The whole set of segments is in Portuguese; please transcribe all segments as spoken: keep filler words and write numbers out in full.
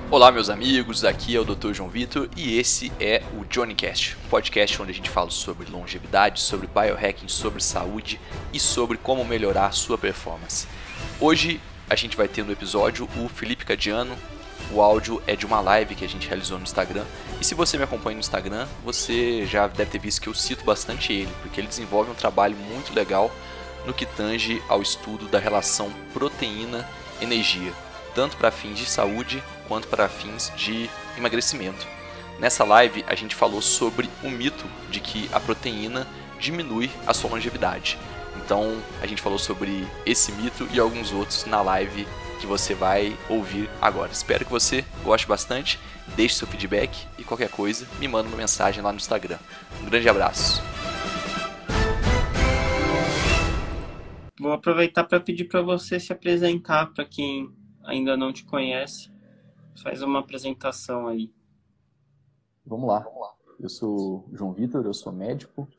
Olá, meus amigos, aqui é o doutor João Vitor e esse é o JohnnyCast, um podcast onde a gente fala sobre longevidade, sobre biohacking, sobre saúde e sobre como melhorar a sua performance. Hoje a gente vai ter no episódio o Felipe Cadiano. O áudio é de uma live que a gente realizou no Instagram. E se você me acompanha no Instagram, você já deve ter visto que eu cito bastante ele, porque ele desenvolve um trabalho muito legal no que tange ao estudo da relação proteína-energia, tanto para fins de saúde quanto para fins de emagrecimento. Nessa live a gente falou sobre o mito de que a proteína diminui a sua longevidade. Então a gente falou sobre esse mito e alguns outros na live que você vai ouvir agora. Espero que você goste bastante, deixe seu feedback e qualquer coisa me manda uma mensagem lá no Instagram. Um grande abraço. Vou aproveitar para pedir para você se apresentar para quem ainda não te conhece. Faz uma apresentação aí. Vamos lá. Eu sou João Vitor, eu sou médico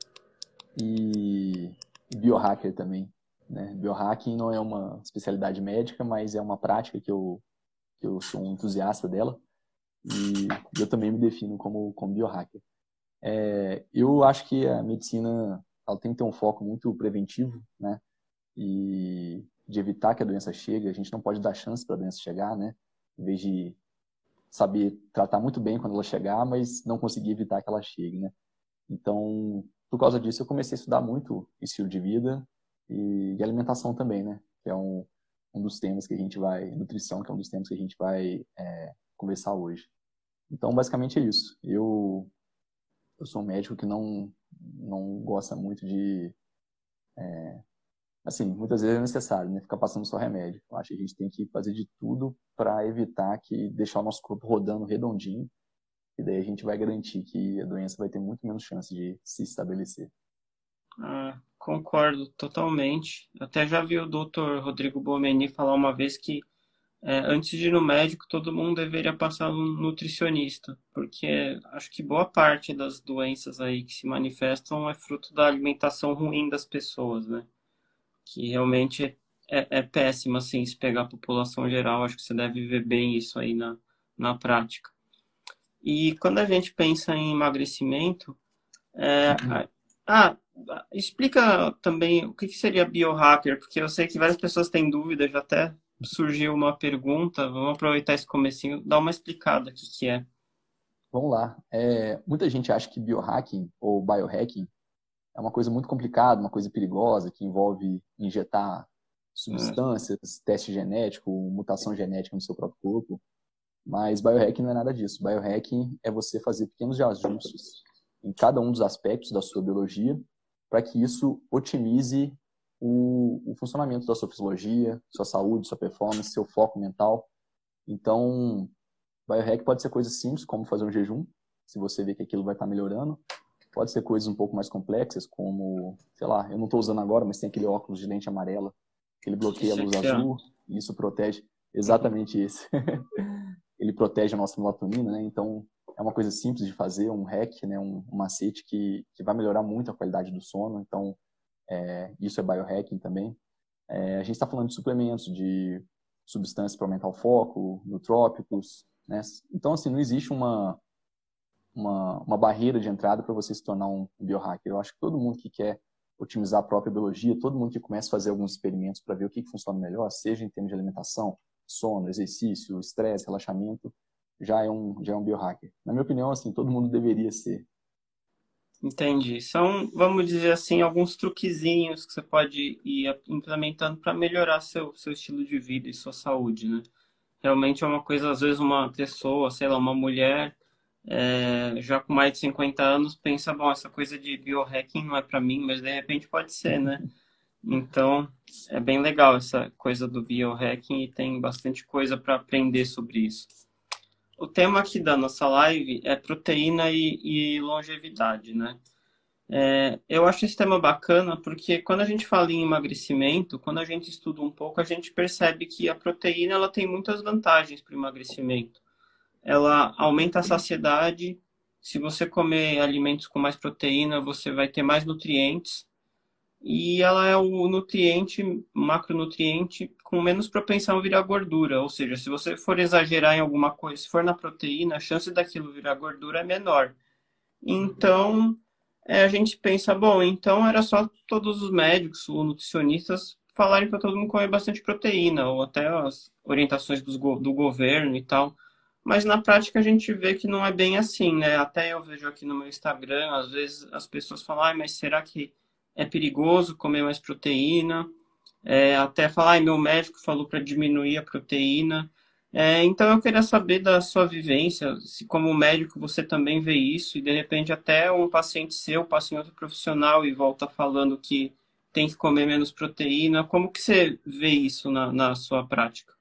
e biohacker também. Né? Biohacking não é uma especialidade médica, mas é uma prática que eu, que eu sou um entusiasta dela e eu também me defino como, como biohacker. É, eu acho que a medicina ela tem que ter um foco muito preventivo, né? E de evitar que a doença chegue. A gente não pode dar chance para a doença chegar, né? Em vez de saber tratar muito bem quando ela chegar, mas não conseguir evitar que ela chegue, né? Então, por causa disso, eu comecei a estudar muito estilo de vida e, e alimentação também, né? Que é um, um dos temas que a gente vai... Nutrição, que é um dos temas que a gente vai é, conversar hoje. Então, basicamente é isso. Eu, eu sou um médico que não, não gosta muito de... É, assim, muitas vezes é necessário, né? Ficar passando só remédio. Eu acho que a gente tem que fazer de tudo para evitar que deixar o nosso corpo rodando redondinho, e daí a gente vai garantir que a doença vai ter muito menos chance de se estabelecer. Ah, concordo totalmente. Até já vi o doutor Rodrigo Bomeni falar uma vez que é, antes de ir no médico, todo mundo deveria passar no nutricionista, porque acho que boa parte das doenças aí que se manifestam é fruto da alimentação ruim das pessoas, né? Que realmente é, é, é péssimo, assim, se pegar a população geral. Acho que você deve ver bem isso aí na, na prática. E quando a gente pensa em emagrecimento, é, ah, explica também o que que seria biohacker, porque eu sei que várias pessoas têm dúvidas, já até surgiu uma pergunta. Vamos aproveitar esse comecinho, dar uma explicada o que que é. Vamos lá. É, muita gente acha que biohacking ou biohacking é uma coisa muito complicada, uma coisa perigosa, que envolve injetar substâncias, teste genético, mutação genética no seu próprio corpo. Mas biohacking não é nada disso. Biohacking é você fazer pequenos ajustes em cada um dos aspectos da sua biologia para que isso otimize o, o funcionamento da sua fisiologia, sua saúde, sua performance, seu foco mental. Então, biohack pode ser coisas simples, como fazer um jejum, se você vê que aquilo vai estar melhorando. Pode ser coisas um pouco mais complexas, como, sei lá, eu não estou usando agora, mas tem aquele óculos de lente amarela, que ele bloqueia a luz azul, e isso protege exatamente isso. Ele protege a nossa melatonina, né? Então, é uma coisa simples de fazer, um hack, né? um, um macete que, que vai melhorar muito a qualidade do sono. Então, é, isso é biohacking também. É, a gente está falando de suplementos, de substâncias para aumentar o foco, nootrópicos, né? Então, assim, não existe uma, uma, uma barreira de entrada para você se tornar um biohacker. Eu acho que todo mundo que quer otimizar a própria biologia, todo mundo que começa a fazer alguns experimentos para ver o que, que funciona melhor, seja em termos de alimentação, sono, exercício, estresse, relaxamento, já é um, já é um biohacker. Na minha opinião, assim, todo mundo deveria ser. Entendi. São, vamos dizer assim, alguns truquezinhos que você pode ir implementando para melhorar seu, seu estilo de vida e sua saúde, né? Realmente é uma coisa, às vezes uma pessoa, sei lá, uma mulher, é, já com mais de cinquenta anos, pensa, bom, essa coisa de biohacking não é para mim, mas de repente pode ser, né? Então, é bem legal essa coisa do biohacking e tem bastante coisa para aprender sobre isso. O tema aqui da nossa live é proteína e, e longevidade, né? É, eu acho esse tema bacana porque quando a gente fala em emagrecimento, quando a gente estuda um pouco, a gente percebe que a proteína ela tem muitas vantagens para o emagrecimento. Ela aumenta a saciedade. Se você comer alimentos com mais proteína, você vai ter mais nutrientes. e ela é o nutriente, macronutriente com menos propensão a virar gordura. Ou seja, se você for exagerar em alguma coisa, se for na proteína, a chance daquilo virar gordura é menor. Então, é, a gente pensa, bom, então era só todos os médicos ou nutricionistas falarem para todo mundo comer bastante proteína, ou até as orientações dos go- do governo e tal. Mas na prática a gente vê que não é bem assim, né? Até eu vejo aqui no meu Instagram, às vezes as pessoas falam, ai, mas será que é perigoso comer mais proteína? É, até falar, ai, meu médico falou para diminuir a proteína. É, então eu queria saber da sua vivência, se como médico você também vê isso e de repente até um paciente seu passa em outro profissional e volta falando que tem que comer menos proteína. Como que você vê isso na, na sua prática?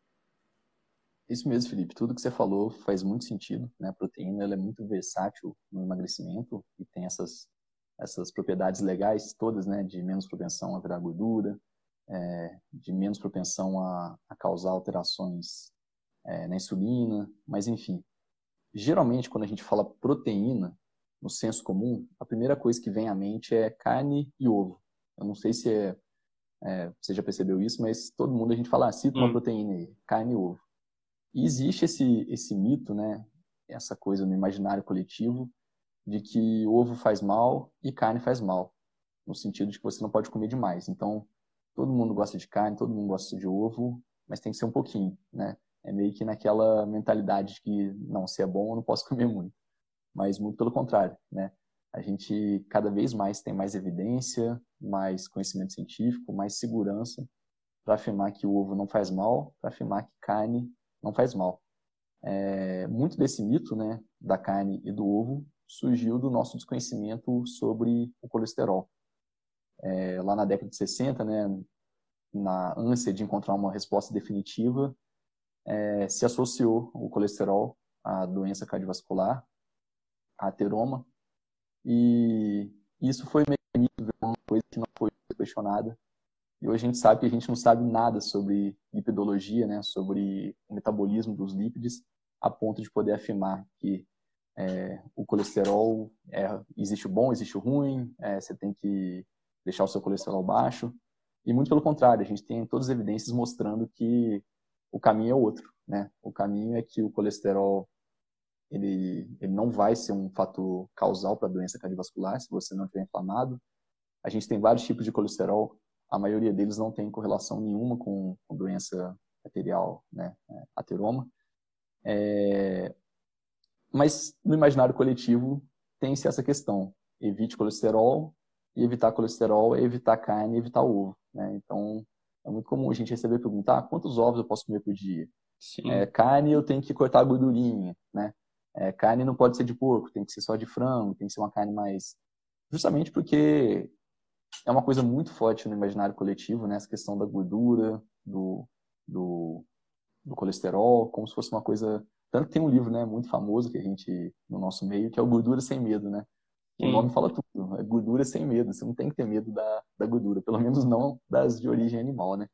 Isso mesmo, Felipe. Tudo que você falou faz muito sentido, né? A proteína ela é muito versátil no emagrecimento e tem essas, essas propriedades legais todas, né? De menos propensão a virar gordura, é, de menos propensão a, a causar alterações é, na insulina, mas enfim. Geralmente, quando a gente fala proteína, no senso comum, a primeira coisa que vem à mente é carne e ovo. Eu não sei se é, é, você já percebeu isso, mas todo mundo a gente fala, ah, cita uma Hum, proteína aí, carne e ovo. E existe esse, esse mito, né? Essa coisa no imaginário coletivo de que ovo faz mal e carne faz mal, no sentido de que você não pode comer demais. Então, todo mundo gosta de carne, todo mundo gosta de ovo, mas tem que ser um pouquinho, né? É meio que naquela mentalidade de que, não, se é bom, eu não posso comer muito. Mas muito pelo contrário, né? A gente cada vez mais tem mais evidência, mais conhecimento científico, mais segurança para afirmar que o ovo não faz mal, para afirmar que carne não faz mal. É, muito desse mito, né, da carne e do ovo surgiu do nosso desconhecimento sobre o colesterol. É, lá na década de sessenta, né, na ânsia de encontrar uma resposta definitiva, é, se associou o colesterol à doença cardiovascular, a ateroma, e isso foi meio que uma coisa que não foi questionada. E hoje a gente sabe que a gente não sabe nada sobre lipidologia, né, sobre o metabolismo dos lípides, a ponto de poder afirmar que é, o colesterol, é, existe o bom, existe o ruim, é, você tem que deixar o seu colesterol baixo. E muito pelo contrário, a gente tem todas as evidências mostrando que o caminho é outro, né? O caminho é que o colesterol ele, ele não vai ser um fator causal para a doença cardiovascular se você não estiver inflamado. A gente tem vários tipos de colesterol, a maioria deles não tem correlação nenhuma com, com doença arterial, né, ateroma. É, mas no imaginário coletivo tem-se essa questão, evite colesterol, e evitar colesterol é evitar carne e evitar ovo, né? Então é muito comum a gente receber perguntar, ah, quantos ovos eu posso comer por dia? É, sim. carne eu tenho que cortar a gordurinha, né? É, carne não pode ser de porco, tem que ser só de frango, tem que ser uma carne mais... Justamente porque é uma coisa muito forte no imaginário coletivo, né? Essa questão da gordura, do, do, do colesterol, como se fosse uma coisa... Tanto que tem um livro, né, muito famoso que a gente, no nosso meio, que é o Gordura Sem Medo, né? O nome Sim. fala tudo, é gordura sem medo, você não tem que ter medo da, da gordura, pelo menos não das de origem animal, né?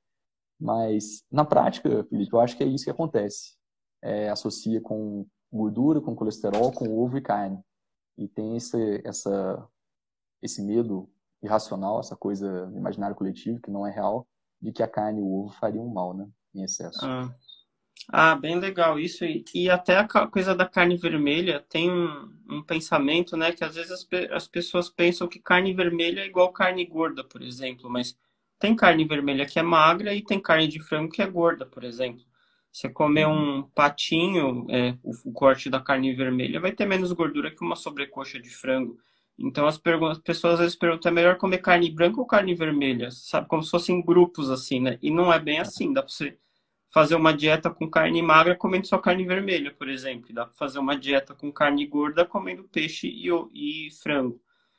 Mas, na prática, Felipe, eu acho que é isso que acontece. É, associa com gordura, com colesterol, com ovo e carne. E tem esse, essa, esse medo irracional, essa coisa no imaginário coletivo, que não é real, de que a carne e o ovo fariam mal, né? Em excesso. Ah, ah, bem legal isso. E, e até a ca- coisa da carne vermelha tem um, um pensamento, né? Que às vezes as, pe- as pessoas pensam que carne vermelha é igual carne gorda, por exemplo. Mas tem carne vermelha que é magra e tem carne de frango que é gorda, por exemplo. Você comer Uhum. um patinho, é, o, o corte da carne vermelha vai ter menos gordura que uma sobrecoxa de frango. Então as, pergun- as pessoas às vezes perguntam, é melhor comer carne branca ou carne vermelha? Sabe, como se fossem grupos assim, né? E não é bem assim. Dá pra você fazer uma dieta com carne magra comendo só carne vermelha, por exemplo. Dá para fazer uma dieta com carne gorda comendo peixe e, o- e frango.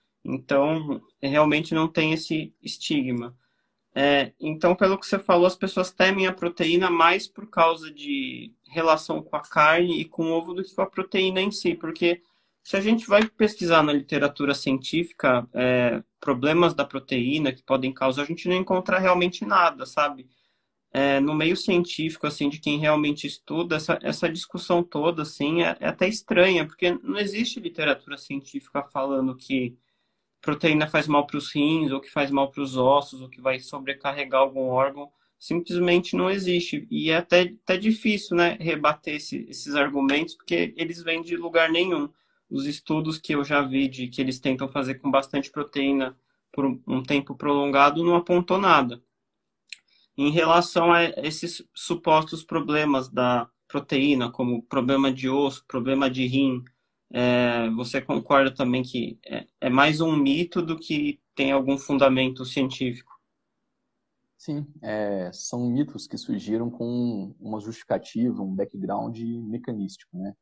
Então, realmente não tem esse estigma. É, então, pelo que você falou, as pessoas temem a proteína mais por causa de relação com a carne e com o ovo do que com a proteína em si, porque se a gente vai pesquisar na literatura científica, é, problemas da proteína que podem causar, a gente não encontra realmente nada, sabe? É, no meio científico, assim, de quem realmente estuda, essa, essa discussão toda, assim, é, é até estranha, porque não existe literatura científica falando que proteína faz mal para os rins, ou que faz mal para os ossos, ou que vai sobrecarregar algum órgão, simplesmente não existe. E é até, até difícil, né, rebater esse, esses argumentos, porque eles vêm de lugar nenhum. Os estudos que eu já vi de que eles tentam fazer com bastante proteína por um, um tempo prolongado não apontou nada. Em relação a esses supostos problemas da proteína, como problema de osso, problema de rim, é, você concorda também que é, é mais um mito do que tem algum fundamento científico? Sim, é, são mitos que surgiram com uma justificativa, um background mecanístico, né?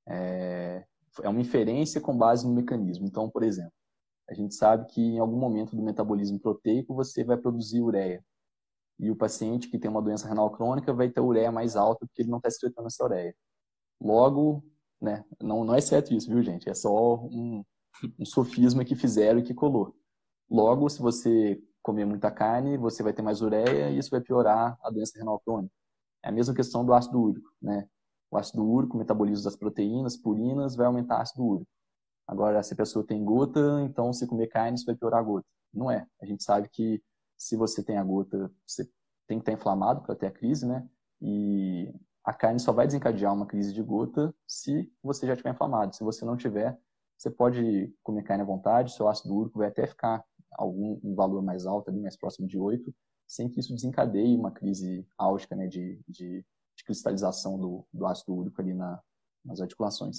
É, é uma inferência com base no mecanismo. Então, por exemplo, a gente sabe que em algum momento do metabolismo proteico você vai produzir ureia. E o paciente que tem uma doença renal crônica vai ter a ureia mais alta porque ele não está excretando essa ureia. Logo, né, não, não é certo isso, viu, gente? É só um, um sofisma que fizeram e que colou. Logo, se você comer muita carne, você vai ter mais ureia e isso vai piorar a doença renal crônica. É a mesma questão do ácido úrico, né? O ácido úrico, o metabolismo das proteínas, purinas, vai aumentar o ácido úrico. Agora, se a pessoa tem gota, então se comer carne, isso vai piorar a gota. Não é. A gente sabe que se você tem a gota, você tem que estar inflamado para ter a crise, né? E a carne só vai desencadear uma crise de gota se você já estiver inflamado. Se você não tiver, você pode comer carne à vontade, seu ácido úrico vai até ficar algum um valor mais alto, ali, mais próximo de oito, sem que isso desencadeie uma crise álgica, né, de, de, de cristalização do, do ácido úrico ali na, nas articulações.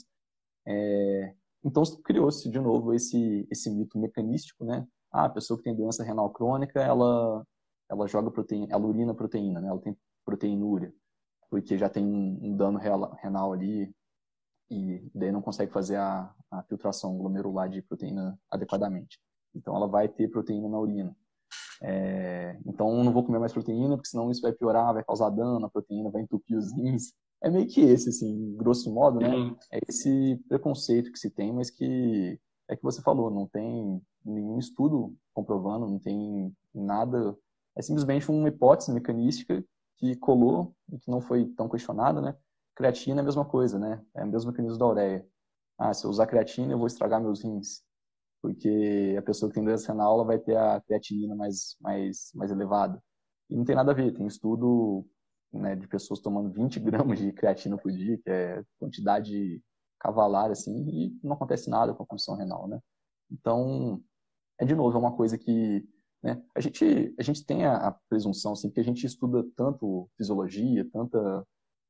É, então, criou-se de novo esse, esse mito mecanístico, né? Ah, a pessoa que tem doença renal crônica, ela, ela joga proteína, ela urina proteína, né? Ela tem proteinúria, porque já tem um, um dano renal ali e daí não consegue fazer a, a filtração glomerular de proteína adequadamente. Então, ela vai ter proteína na urina. É, então, eu não vou comer mais proteína, porque senão isso vai piorar, vai causar dano, a proteína vai entupir os rins. É meio que esse, assim, grosso modo, né? Sim. É esse preconceito que se tem, mas que é que você falou, não tem nenhum estudo comprovando, não tem nada. É simplesmente uma hipótese mecanística que colou e que não foi tão questionada, né? Creatina é a mesma coisa, né? É o mesmo mecanismo da ureia. Ah, se eu usar creatina, eu vou estragar meus rins. Porque a pessoa que tem doença renal ela vai ter a creatinina mais, mais, mais elevada. E não tem nada a ver, tem estudo, né, de pessoas tomando vinte gramas de creatina por dia, que é quantidade cavalar, assim, e não acontece nada com a função renal, né? Então, é de novo, é uma coisa que, né, a gente, a gente tem a, a presunção, assim, porque a gente estuda tanto fisiologia, tanta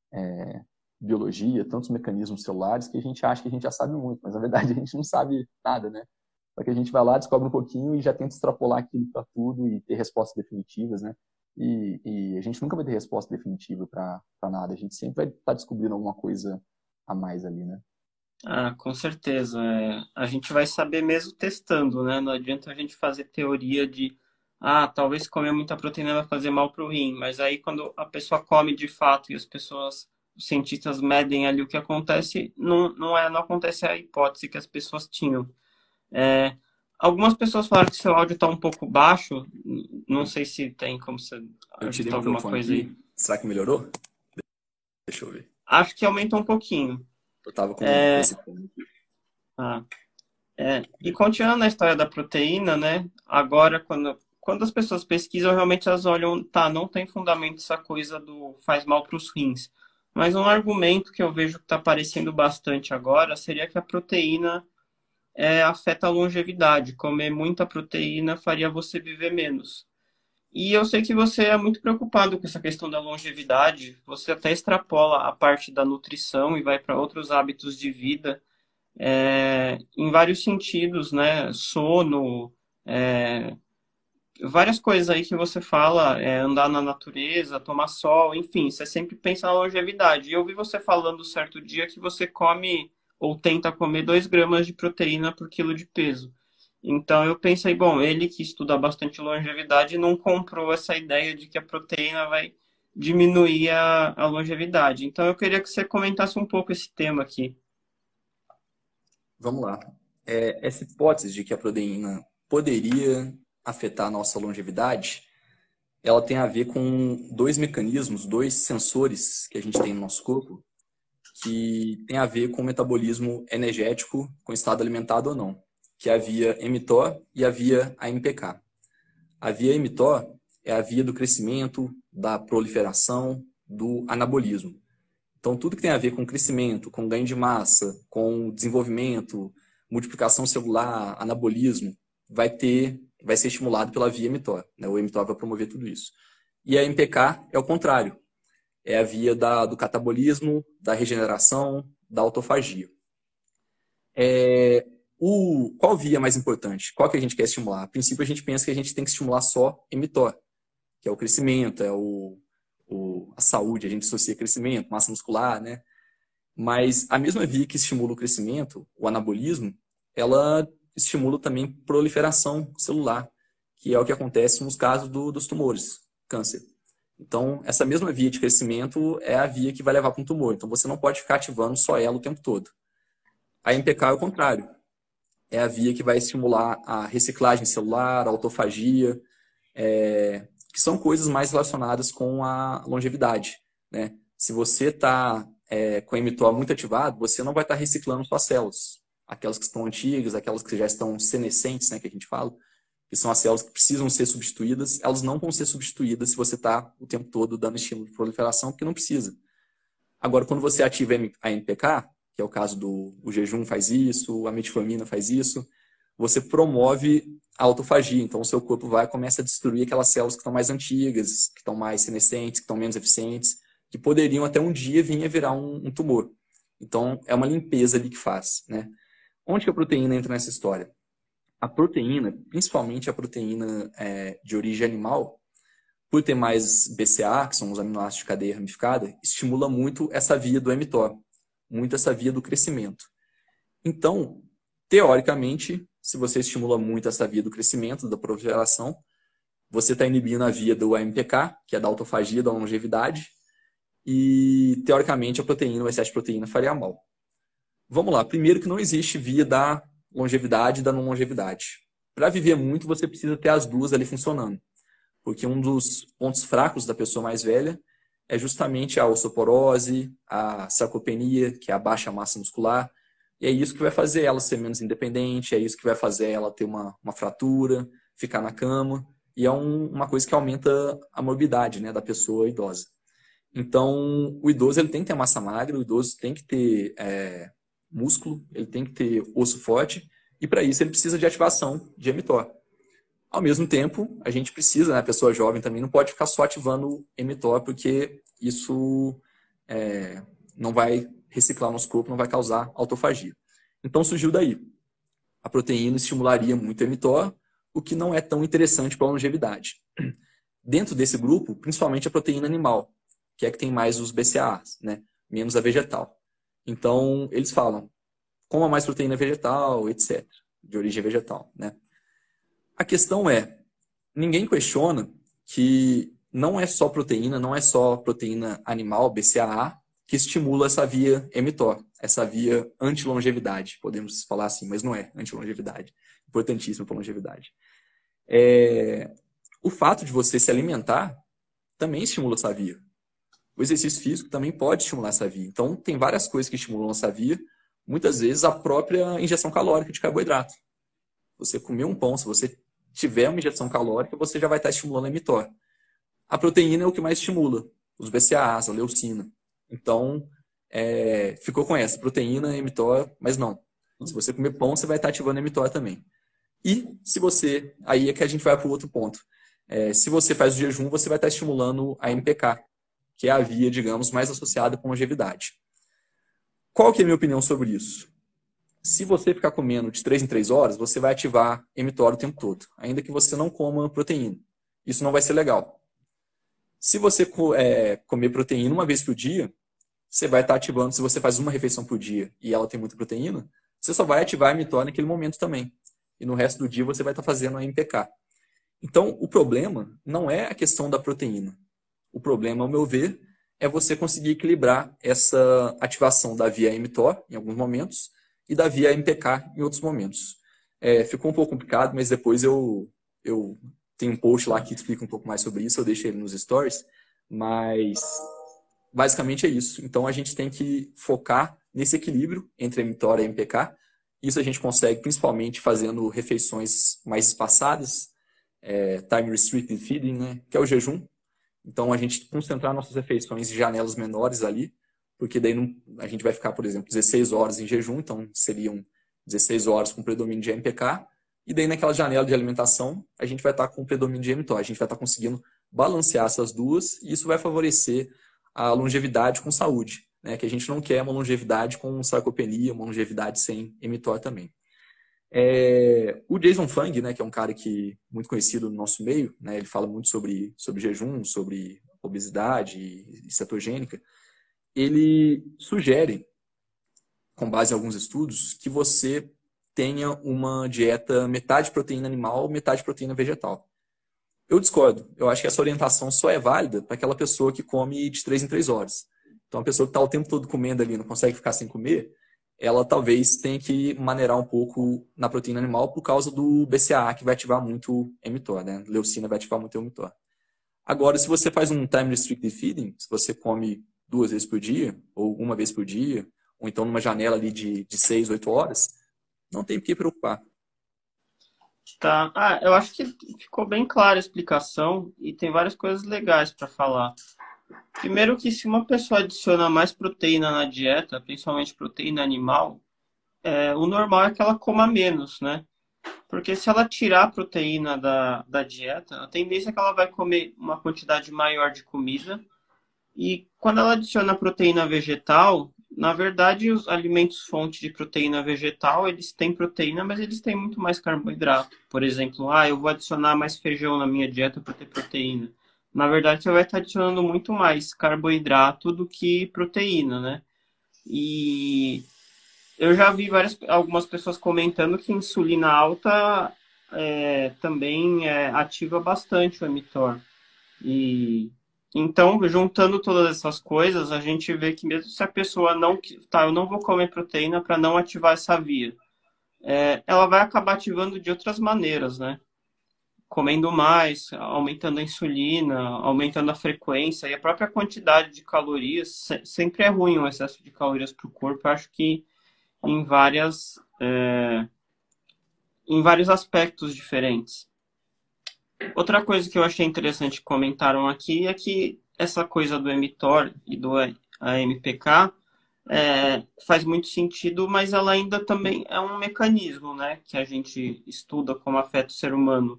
é, biologia, tantos mecanismos celulares, que a gente acha que a gente já sabe muito, mas na verdade a gente não sabe nada, né? Só que a gente vai lá, descobre um pouquinho e já tenta extrapolar aquilo para tudo e ter respostas definitivas, né? E, e a gente nunca vai ter resposta definitiva para nada. A gente sempre vai estar tá descobrindo alguma coisa a mais ali, né? Ah, com certeza. É, a gente vai saber mesmo testando, né? Não adianta a gente fazer teoria de, ah, talvez comer muita proteína vai fazer mal para o rim, mas aí quando a pessoa come de fato e as pessoas, os cientistas medem ali o que acontece, não, não, é, não acontece a hipótese que as pessoas tinham. É, algumas pessoas falaram que seu áudio está um pouco baixo. Não sei se tem como você Eu tirei ajustar o alguma microfone coisa aqui. aí. Será que melhorou? Deixa eu ver. Acho que aumentou um pouquinho. Eu tava com É... esse fone aqui. Ah, é. E continuando na história da proteína, né? Agora, quando, quando as pessoas pesquisam, realmente elas olham, tá, não tem fundamento essa coisa do faz mal para os rins. Mas um argumento que eu vejo que está aparecendo bastante agora seria que a proteína É, afeta a longevidade. Comer muita proteína faria você viver menos. E eu sei que você é muito preocupado com essa questão da longevidade. Você até extrapola a parte da nutrição e vai para outros hábitos de vida, é, em vários sentidos, né? Sono, é, várias coisas aí que você fala, é, andar na natureza, tomar sol, enfim, você sempre pensa na longevidade. E eu vi você falando certo dia que você come ou tenta comer dois gramas de proteína por quilo de peso. Então eu pensei, bom, ele que estuda bastante longevidade não comprou essa ideia de que a proteína vai diminuir a, a longevidade. Então eu queria que você comentasse um pouco esse tema aqui. Vamos lá. É, essa hipótese de que a proteína poderia afetar a nossa longevidade, ela tem a ver com dois mecanismos, dois sensores que a gente tem no nosso corpo, que tem a ver com o metabolismo energético, com estado alimentado ou não, que é a via mTOR e a via A M P K. A via mTOR é a via do crescimento, da proliferação, do anabolismo. Então, tudo que tem a ver com crescimento, com ganho de massa, com desenvolvimento, multiplicação celular, anabolismo, vai ter, vai ser estimulado pela via mTOR, né? O mTOR vai promover tudo isso. E a A M P K é o contrário. É a via da, do catabolismo, da regeneração, da autofagia. É, o, qual via é mais importante? Qual que a gente quer estimular? A princípio, a gente pensa que a gente tem que estimular só mTOR, que é o crescimento, é o, o, a saúde, a gente associa crescimento, massa muscular, né? Mas a mesma via que estimula o crescimento, o anabolismo, ela estimula também proliferação celular, que é o que acontece nos casos do, dos tumores, câncer. Então, essa mesma via de crescimento é a via que vai levar para um tumor. Então, você não pode ficar ativando só ela o tempo todo. A M P K é o contrário. É a via que vai estimular a reciclagem celular, a autofagia, é, que são coisas mais relacionadas com a longevidade, né? Se você está é, com o mTOR muito ativado, você não vai estar tá reciclando suas células. Aquelas que estão antigas, aquelas que já estão senescentes, né, que a gente fala, que são as células que precisam ser substituídas, elas não vão ser substituídas se você está o tempo todo dando estímulo de proliferação, porque não precisa. Agora, quando você ativa a M P K, que é o caso do o jejum faz isso, a metformina faz isso, você promove a autofagia. Então, o seu corpo vai e começa a destruir aquelas células que estão mais antigas, que estão mais senescentes, que estão menos eficientes, que poderiam até um dia vir a virar um, um tumor. Então, é uma limpeza ali que faz, né? Onde que a proteína entra nessa história? A proteína, principalmente a proteína é, de origem animal, por ter mais B C A A, que são os aminoácidos de cadeia ramificada, estimula muito essa via do mTOR, muito essa via do crescimento. Então, teoricamente, se você estimula muito essa via do crescimento, da proliferação, você está inibindo a via do A M P K, que é da autofagia, da longevidade, e, teoricamente, a proteína, o excesso de proteína faria mal. Vamos lá. Primeiro que não existe via da longevidade e da não longevidade. Para viver muito, você precisa ter as duas ali funcionando. Porque um dos pontos fracos da pessoa mais velha é justamente a osteoporose, a sarcopenia, que é a baixa massa muscular. E é isso que vai fazer ela ser menos independente, é isso que vai fazer ela ter uma, uma fratura, ficar na cama. E é um, uma coisa que aumenta a morbidade, né, da pessoa idosa. Então, o idoso ele tem que ter massa magra, o idoso tem que ter é, músculo, ele tem que ter osso forte, e para isso ele precisa de ativação de mTOR. Ao mesmo tempo, a gente precisa, né, a pessoa jovem também não pode ficar só ativando mTOR, porque isso é, não vai reciclar o nosso corpo, não vai causar autofagia. Então surgiu daí. A proteína estimularia muito mTOR, o que não é tão interessante para a longevidade. Dentro desse grupo, principalmente a proteína animal, que é que tem mais os B C A As, né, menos a vegetal. Então, eles falam, coma mais proteína vegetal, etcétera, de origem vegetal, né? A questão é, ninguém questiona que não é só proteína, não é só proteína animal, B C A A, que estimula essa via mTOR, essa via antilongevidade, podemos falar assim, mas não é antilongevidade, importantíssimo para a longevidade. É, o fato de você se alimentar também estimula essa via. O exercício físico também pode estimular essa via. Então, tem várias coisas que estimulam essa via, muitas vezes a própria injeção calórica de carboidrato. Você comer um pão, se você tiver uma injeção calórica, você já vai estar estimulando a mTOR. A proteína é o que mais estimula, os B C A As, a leucina. Então, é, ficou com essa, proteína, mTOR, mas não. Se você comer pão, você vai estar ativando a mTOR também. E se você, aí é que a gente vai para o outro ponto. É, se você faz o jejum, você vai estar estimulando a M P K, que é a via, digamos, mais associada com longevidade. Qual que é a minha opinião sobre isso? Se você ficar comendo de três em três horas, você vai ativar mTOR o tempo todo, ainda que você não coma proteína. Isso não vai ser legal. Se você é, comer proteína uma vez por dia, você vai estar ativando, se você faz uma refeição por dia e ela tem muita proteína, você só vai ativar a mTOR naquele momento também. E no resto do dia você vai estar fazendo a M P K. Então, o problema não é a questão da proteína. O problema, ao meu ver, é você conseguir equilibrar essa ativação da via mTOR em alguns momentos e da via M P K em outros momentos. É, ficou um pouco complicado, mas depois eu, eu tenho um post lá que explica um pouco mais sobre isso, eu deixo ele nos stories, mas basicamente é isso. Então a gente tem que focar nesse equilíbrio entre mTOR e M P K Isso a gente consegue principalmente fazendo refeições mais espaçadas, é, time restricted feeding, né, que é o jejum. Então a gente concentrar nossas refeições em janelas menores ali, porque daí não, a gente vai ficar, por exemplo, dezesseis horas em jejum, então seriam dezesseis horas com predomínio de M P K, e daí naquela janela de alimentação a gente vai estar com predomínio de mTOR, a gente vai estar conseguindo balancear essas duas, e isso vai favorecer a longevidade com saúde, né? Que a gente não quer uma longevidade com sarcopenia, uma longevidade sem mTOR também. É, o Jason Fung, né, que é um cara que muito conhecido no nosso meio, né, ele fala muito sobre, sobre jejum, sobre obesidade e, e cetogênica, ele sugere, com base em alguns estudos, que você tenha uma dieta metade proteína animal, metade proteína vegetal. Eu discordo. Eu acho que essa orientação só é válida para aquela pessoa que come de três em três horas. Então, a pessoa que está o tempo todo comendo ali, não consegue ficar sem comer, ela talvez tenha que maneirar um pouco na proteína animal por causa do B C A A, que vai ativar muito o mTOR, né? Leucina vai ativar muito o mTOR. Agora, se você faz um time restricted feeding, se você come duas vezes por dia, ou uma vez por dia, ou então numa janela ali de, de seis, oito horas, não tem por que preocupar. Tá. Ah, eu acho que ficou bem clara a explicação e tem várias coisas legais para falar. Primeiro que se uma pessoa adiciona mais proteína na dieta, principalmente proteína animal, é, o normal é que ela coma menos, né? Porque se ela tirar a proteína da, da dieta, a tendência é que ela vai comer uma quantidade maior de comida. E quando ela adiciona proteína vegetal, na verdade, os alimentos fonte de proteína vegetal, eles têm proteína, mas eles têm muito mais carboidrato. Por exemplo, ah, eu vou adicionar mais feijão na minha dieta para ter proteína. Na verdade, você vai estar adicionando muito mais carboidrato do que proteína, né? E eu já vi várias, algumas pessoas comentando que insulina alta é, também é, ativa bastante o mTOR. E então, juntando todas essas coisas, a gente vê que mesmo se a pessoa não... Tá, eu não vou comer proteína para não ativar essa via. É, ela vai acabar ativando de outras maneiras, né? Comendo mais, aumentando a insulina, aumentando a frequência e a própria quantidade de calorias. Sempre é ruim o excesso de calorias para o corpo. Eu acho que em várias... É, em vários aspectos diferentes. Outra coisa que eu achei interessante que comentaram aqui é que essa coisa do mTOR e do A M P K é, faz muito sentido, mas ela ainda também é um mecanismo, né, que a gente estuda como afeta o ser humano.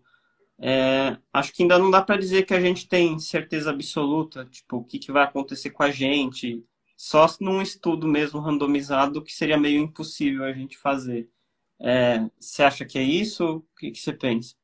É, acho que ainda não dá para dizer que a gente tem certeza absoluta, tipo, o que, que vai acontecer com a gente, só num estudo mesmo randomizado, que seria meio impossível a gente fazer. É, você acha que é isso? O que, que você pensa?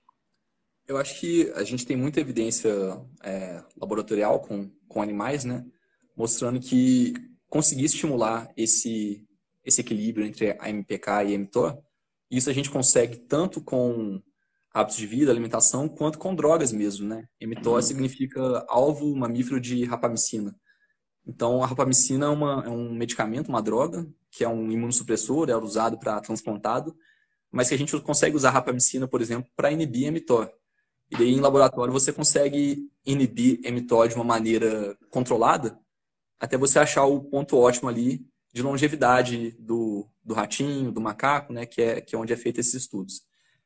Eu acho que a gente tem muita evidência é, laboratorial com, com animais, né? Mostrando que conseguir estimular esse, esse equilíbrio entre a M P K e mTOR, isso a gente consegue tanto com hábitos de vida, alimentação, quanto com drogas mesmo, né? mTOR significa alvo mamífero de rapamicina. Então, a rapamicina é, uma, é um medicamento, uma droga, que é um imunossupressor, é usado para transplantado, mas que a gente consegue usar a rapamicina, por exemplo, para inibir mTOR. E daí, em laboratório, você consegue inibir mTOR de uma maneira controlada, até você achar o ponto ótimo ali de longevidade do, do ratinho, do macaco, né, que, é, que é onde é feito esses estudos.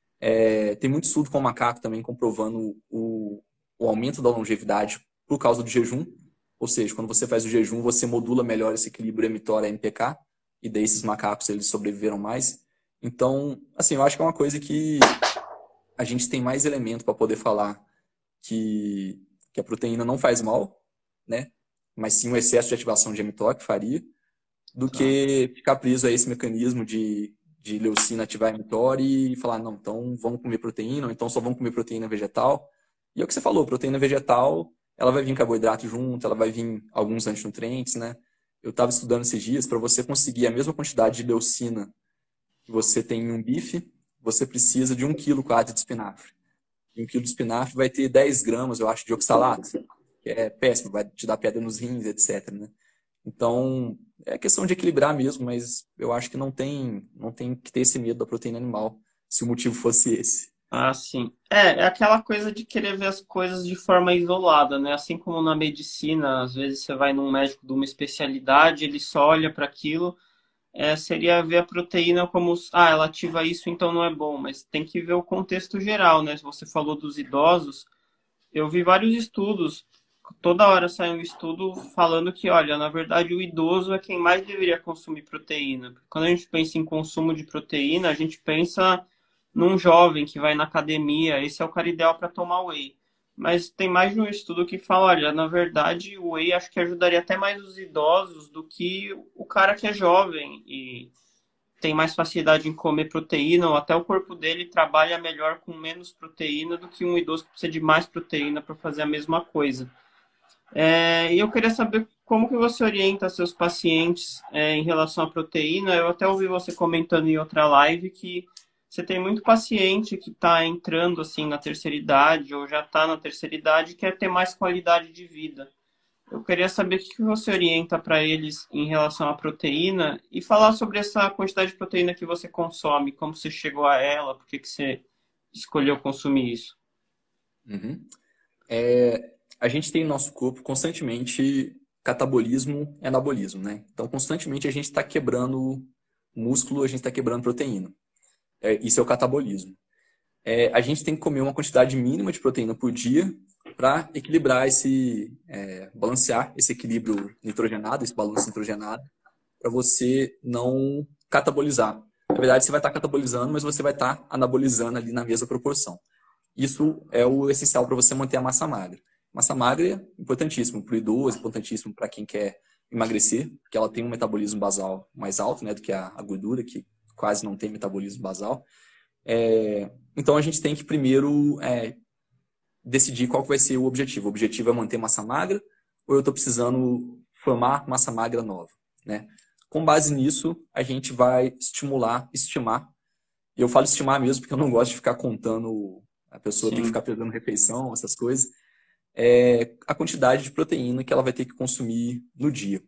É, tem muito estudo com o macaco também comprovando o, o aumento da longevidade por causa do jejum. Ou seja, quando você faz o jejum, você modula melhor esse equilíbrio mTOR e M P K, e daí esses macacos eles sobreviveram mais. Então, assim, eu acho que é uma coisa que a gente tem mais elemento para poder falar que, que a proteína não faz mal, né? Mas sim o excesso de ativação de mTOR que faria, do tá. que ficar preso a esse mecanismo de, de leucina ativar mTOR e falar, não, então vamos comer proteína, ou então só vamos comer proteína vegetal. E é o que você falou, proteína vegetal, ela vai vir carboidrato junto, ela vai vir alguns antinutrientes, né? Eu estava estudando esses dias, para você conseguir a mesma quantidade de leucina que você tem em um bife, você precisa de um quilo quase de espinafre. E um quilo de espinafre vai ter dez gramas, eu acho, de oxalato, que é péssimo, vai te dar pedra nos rins, etcétera, né? Então, é questão de equilibrar mesmo, mas eu acho que não tem, não tem que ter esse medo da proteína animal, se o motivo fosse esse. Ah, sim. É, é aquela coisa de querer ver as coisas de forma isolada, né? Assim como na medicina, às vezes você vai num médico de uma especialidade, ele só olha para aquilo, é, seria ver a proteína como, ah, ela ativa isso, então não é bom, mas tem que ver o contexto geral, né? Se você falou dos idosos, eu vi vários estudos, toda hora sai um estudo falando que, olha, na verdade o idoso é quem mais deveria consumir proteína. Quando a gente pensa em consumo de proteína, a gente pensa num jovem que vai na academia, esse é o cara ideal para tomar whey. Mas tem mais de um estudo que fala, olha, na verdade o whey acho que ajudaria até mais os idosos do que o cara que é jovem e tem mais facilidade em comer proteína, ou até o corpo dele trabalha melhor com menos proteína do que um idoso que precisa de mais proteína para fazer a mesma coisa. É, e eu queria saber como que você orienta seus pacientes é, em relação à proteína. Eu até ouvi você comentando em outra live que você tem muito paciente que está entrando assim na terceira idade ou já está na terceira idade e quer ter mais qualidade de vida. Eu queria saber o que você orienta para eles em relação à proteína e falar sobre essa quantidade de proteína que você consome, como você chegou a ela, por que que você escolheu consumir isso. Uhum. É, a gente tem no nosso corpo constantemente catabolismo e anabolismo, né? Então, constantemente a gente está quebrando músculo, a gente está quebrando proteína. É, isso é o catabolismo. É, a gente tem que comer uma quantidade mínima de proteína por dia para equilibrar esse, é, balancear esse equilíbrio nitrogenado, esse balanço nitrogenado, para você não catabolizar. Na verdade, você vai estar catabolizando, mas você vai estar anabolizando ali na mesma proporção. Isso é o essencial para você manter a massa magra. Massa magra é importantíssimo para o idoso, importantíssimo para quem quer emagrecer, porque ela tem um metabolismo basal mais alto, né, do que a, a gordura, que quase não tem metabolismo basal. É, então, a gente tem que primeiro é, decidir qual que vai ser o objetivo. O objetivo é manter massa magra ou eu estou precisando formar massa magra nova, né? Com base nisso, a gente vai estimular, estimar. E eu falo estimar mesmo porque eu não gosto de ficar contando, a pessoa Sim. tem que ficar pegando refeição, essas coisas. É, a quantidade de proteína que ela vai ter que consumir no dia.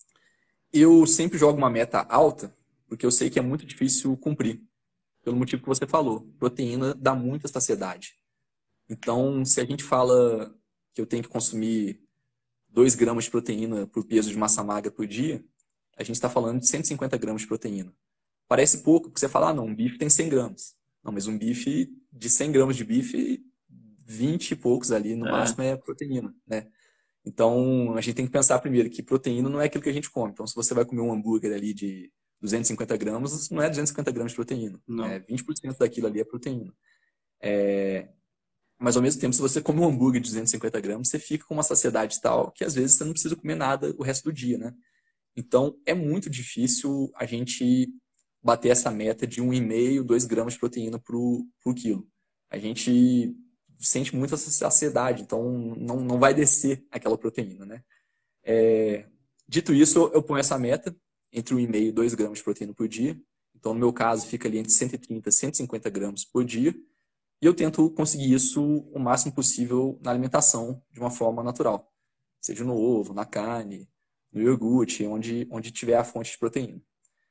Eu sempre jogo uma meta alta, porque eu sei que é muito difícil cumprir. Pelo motivo que você falou, proteína dá muita saciedade. Então, se a gente fala que eu tenho que consumir dois gramas de proteína por peso de massa magra por dia, a gente está falando de cento e cinquenta gramas de proteína. Parece pouco, porque você fala, ah, não, um bife tem cem gramas. Não, mas um bife, de cem gramas de bife, vinte e poucos ali, no é. máximo, é proteína, né? Então, a gente tem que pensar primeiro que proteína não é aquilo que a gente come. Então, se você vai comer um hambúrguer ali de duzentos e cinquenta gramas, não é duzentos e cinquenta gramas de proteína. Não. É vinte por cento daquilo ali é proteína. É... Mas, ao mesmo tempo, se você come um hambúrguer de duzentos e cinquenta gramas, você fica com uma saciedade tal que, às vezes, você não precisa comer nada o resto do dia, né? Então, é muito difícil a gente bater essa meta de um vírgula cinco, dois gramas de proteína por, por quilo. A gente sente muita saciedade, então não, não vai descer aquela proteína, né? É... Dito isso, eu ponho essa meta entre um vírgula cinco e dois gramas de proteína por dia. Então, no meu caso, fica ali entre cento e trinta e cento e cinquenta gramas por dia. E eu tento conseguir isso o máximo possível na alimentação, de uma forma natural. Seja no ovo, na carne, no iogurte, onde, onde tiver a fonte de proteína.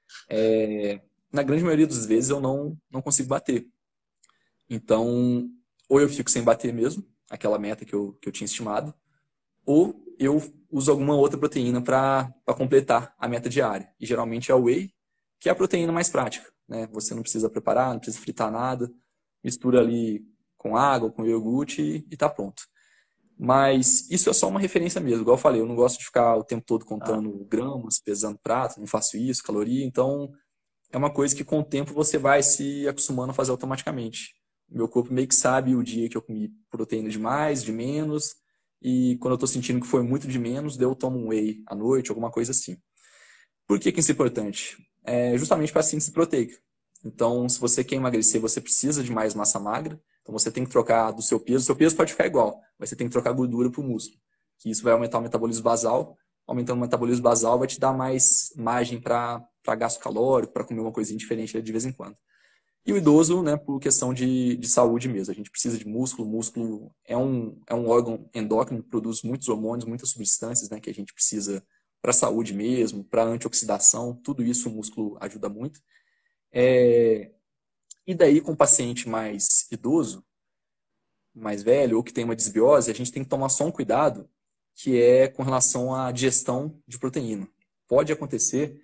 É, na grande maioria das vezes eu não, não consigo bater. Então, ou eu fico sem bater mesmo, aquela meta que eu, que eu tinha estimado, ou eu uso alguma outra proteína para completar a meta diária. E geralmente é o whey, que é a proteína mais prática, né? Você não precisa preparar, não precisa fritar nada, mistura ali com água, com iogurte e está pronto. Mas isso é só uma referência mesmo. Igual eu falei, eu não gosto de ficar o tempo todo contando ah. gramas, pesando prato, não faço isso, caloria. Então, é uma coisa que com o tempo você vai se acostumando a fazer automaticamente. Meu corpo meio que sabe o dia que eu comi proteína de mais, de menos. E quando eu estou sentindo que foi muito de menos, daí eu tomo um whey à noite, alguma coisa assim. Por que que isso é importante? É justamente para a síntese proteica. Então, se você quer emagrecer, você precisa de mais massa magra. Então, você tem que trocar do seu peso. O seu peso pode ficar igual, mas você tem que trocar gordura para o músculo. Que isso vai aumentar o metabolismo basal. Aumentando o metabolismo basal vai te dar mais margem para gasto calórico, para comer uma coisinha diferente de vez em quando. E o idoso, né, por questão de, de saúde mesmo. A gente precisa de músculo. O músculo é um, é um órgão endócrino, produz muitos hormônios, muitas substâncias, né, que a gente precisa para a saúde mesmo, para antioxidação. Tudo isso o músculo ajuda muito. É... E daí, com o paciente mais idoso, mais velho, ou que tem uma desbiose, a gente tem que tomar só um cuidado, que é com relação à digestão de proteína. Pode acontecer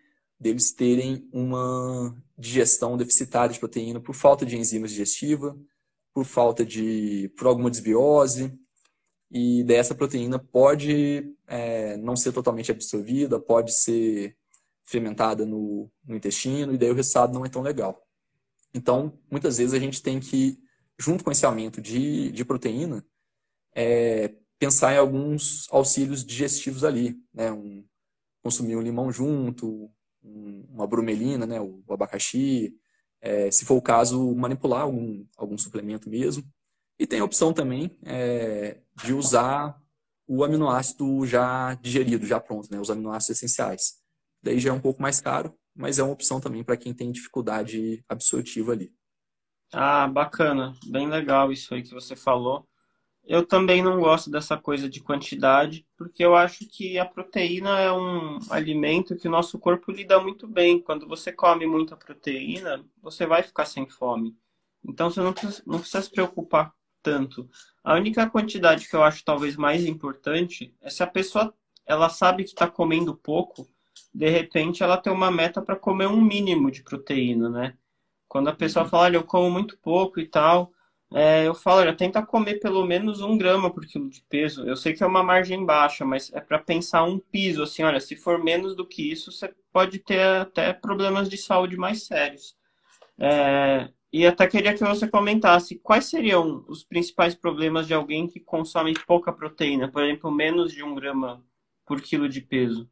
deles terem uma digestão deficitária de proteína por falta de enzima digestiva, por falta de, por alguma desbiose, e dessa proteína pode é, não ser totalmente absorvida, pode ser fermentada no, no intestino, e daí o resultado não é tão legal. Então, muitas vezes a gente tem que, junto com esse aumento de, de proteína, é, pensar em alguns auxílios digestivos ali, né? Um, consumir um limão junto, um, uma bromelina, né? O, o abacaxi, é, se for o caso, manipular algum, algum suplemento mesmo. E tem a opção também é, de usar o aminoácido já digerido, já pronto, né? Os aminoácidos essenciais. Daí já é um pouco mais caro, mas é uma opção também para quem tem dificuldade absortiva ali. Ah, bacana. Bem legal isso aí que você falou. Eu também não gosto dessa coisa de quantidade, porque eu acho que a proteína é um alimento que o nosso corpo lida muito bem. Quando você come muita proteína, você vai ficar sem fome. Então você não precisa, não precisa se preocupar tanto. A única quantidade que eu acho talvez mais importante é se a pessoa ela sabe que está comendo pouco, de repente ela tem uma meta para comer um mínimo de proteína, né? Quando a pessoa fala, olha, eu como muito pouco e tal, é, eu falo, olha, tenta comer pelo menos um grama por quilo de peso. Eu sei que é uma margem baixa, mas é para pensar um piso, assim, olha, se for menos do que isso, você pode ter até problemas de saúde mais sérios. É, e até queria que você comentasse quais seriam os principais problemas de alguém que consome pouca proteína, por exemplo, menos de um grama por quilo de peso.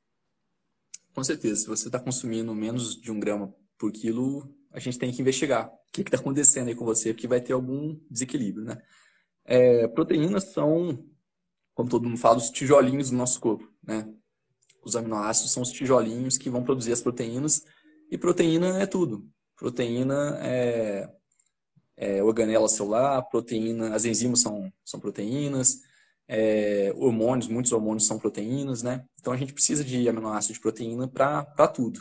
Com certeza, se você está consumindo menos de um grama por quilo, a gente tem que investigar o que está acontecendo aí com você, porque vai ter algum desequilíbrio, né? É, proteínas são, como todo mundo fala, os tijolinhos do nosso corpo, né? Os aminoácidos são os tijolinhos que vão produzir as proteínas, e proteína é tudo. Proteína é, é organela celular, proteína, as enzimas são, são proteínas, é, hormônios, muitos hormônios são proteínas, né? Então a gente precisa de aminoácidos de proteína para tudo.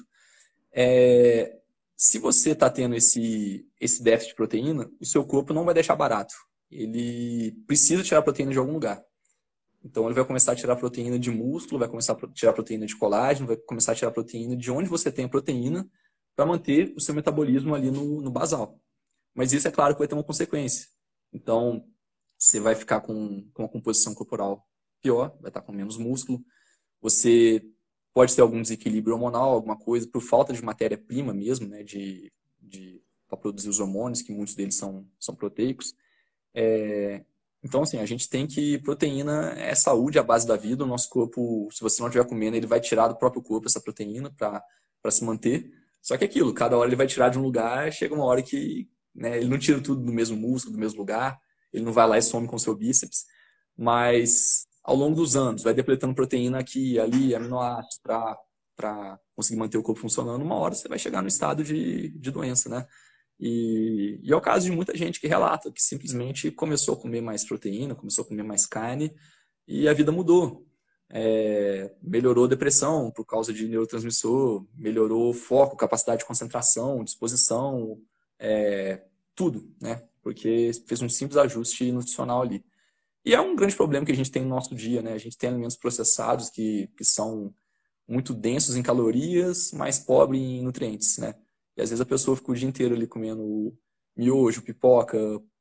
É, se você está tendo esse, esse déficit de proteína, o seu corpo não vai deixar barato. Ele precisa tirar proteína de algum lugar. Então ele vai começar a tirar proteína de músculo, vai começar a tirar proteína de colágeno, vai começar a tirar proteína de onde você tem a proteína para manter o seu metabolismo ali no, no basal. Mas isso é claro que vai ter uma consequência. Então você vai ficar com, com uma composição corporal pior, vai estar com menos músculo. Você pode ter algum desequilíbrio hormonal, alguma coisa, por falta de matéria-prima mesmo, né, de, de, para produzir os hormônios, que muitos deles são, são proteicos. É, então, assim, a gente tem que... Proteína é saúde, é a base da vida. O nosso corpo, se você não estiver comendo, ele vai tirar do próprio corpo essa proteína para se manter. Só que é aquilo, cada hora ele vai tirar de um lugar, chega uma hora que, né, ele não tira tudo do mesmo músculo, do mesmo lugar, ele não vai lá e some com o seu bíceps, mas ao longo dos anos vai depletando proteína aqui, ali, aminoácidos para conseguir manter o corpo funcionando. Uma hora você vai chegar no estado de, de doença, né? E, e é o caso de muita gente que relata que simplesmente começou a comer mais proteína, começou a comer mais carne e a vida mudou. É, melhorou a depressão por causa de neurotransmissor, melhorou o foco, capacidade de concentração, disposição, é, tudo, né? Porque fez um simples ajuste nutricional ali. E é um grande problema que a gente tem no nosso dia, né? A gente tem alimentos processados que, que são muito densos em calorias, mas pobres em nutrientes, né? E às vezes a pessoa fica o dia inteiro ali comendo miojo, pipoca,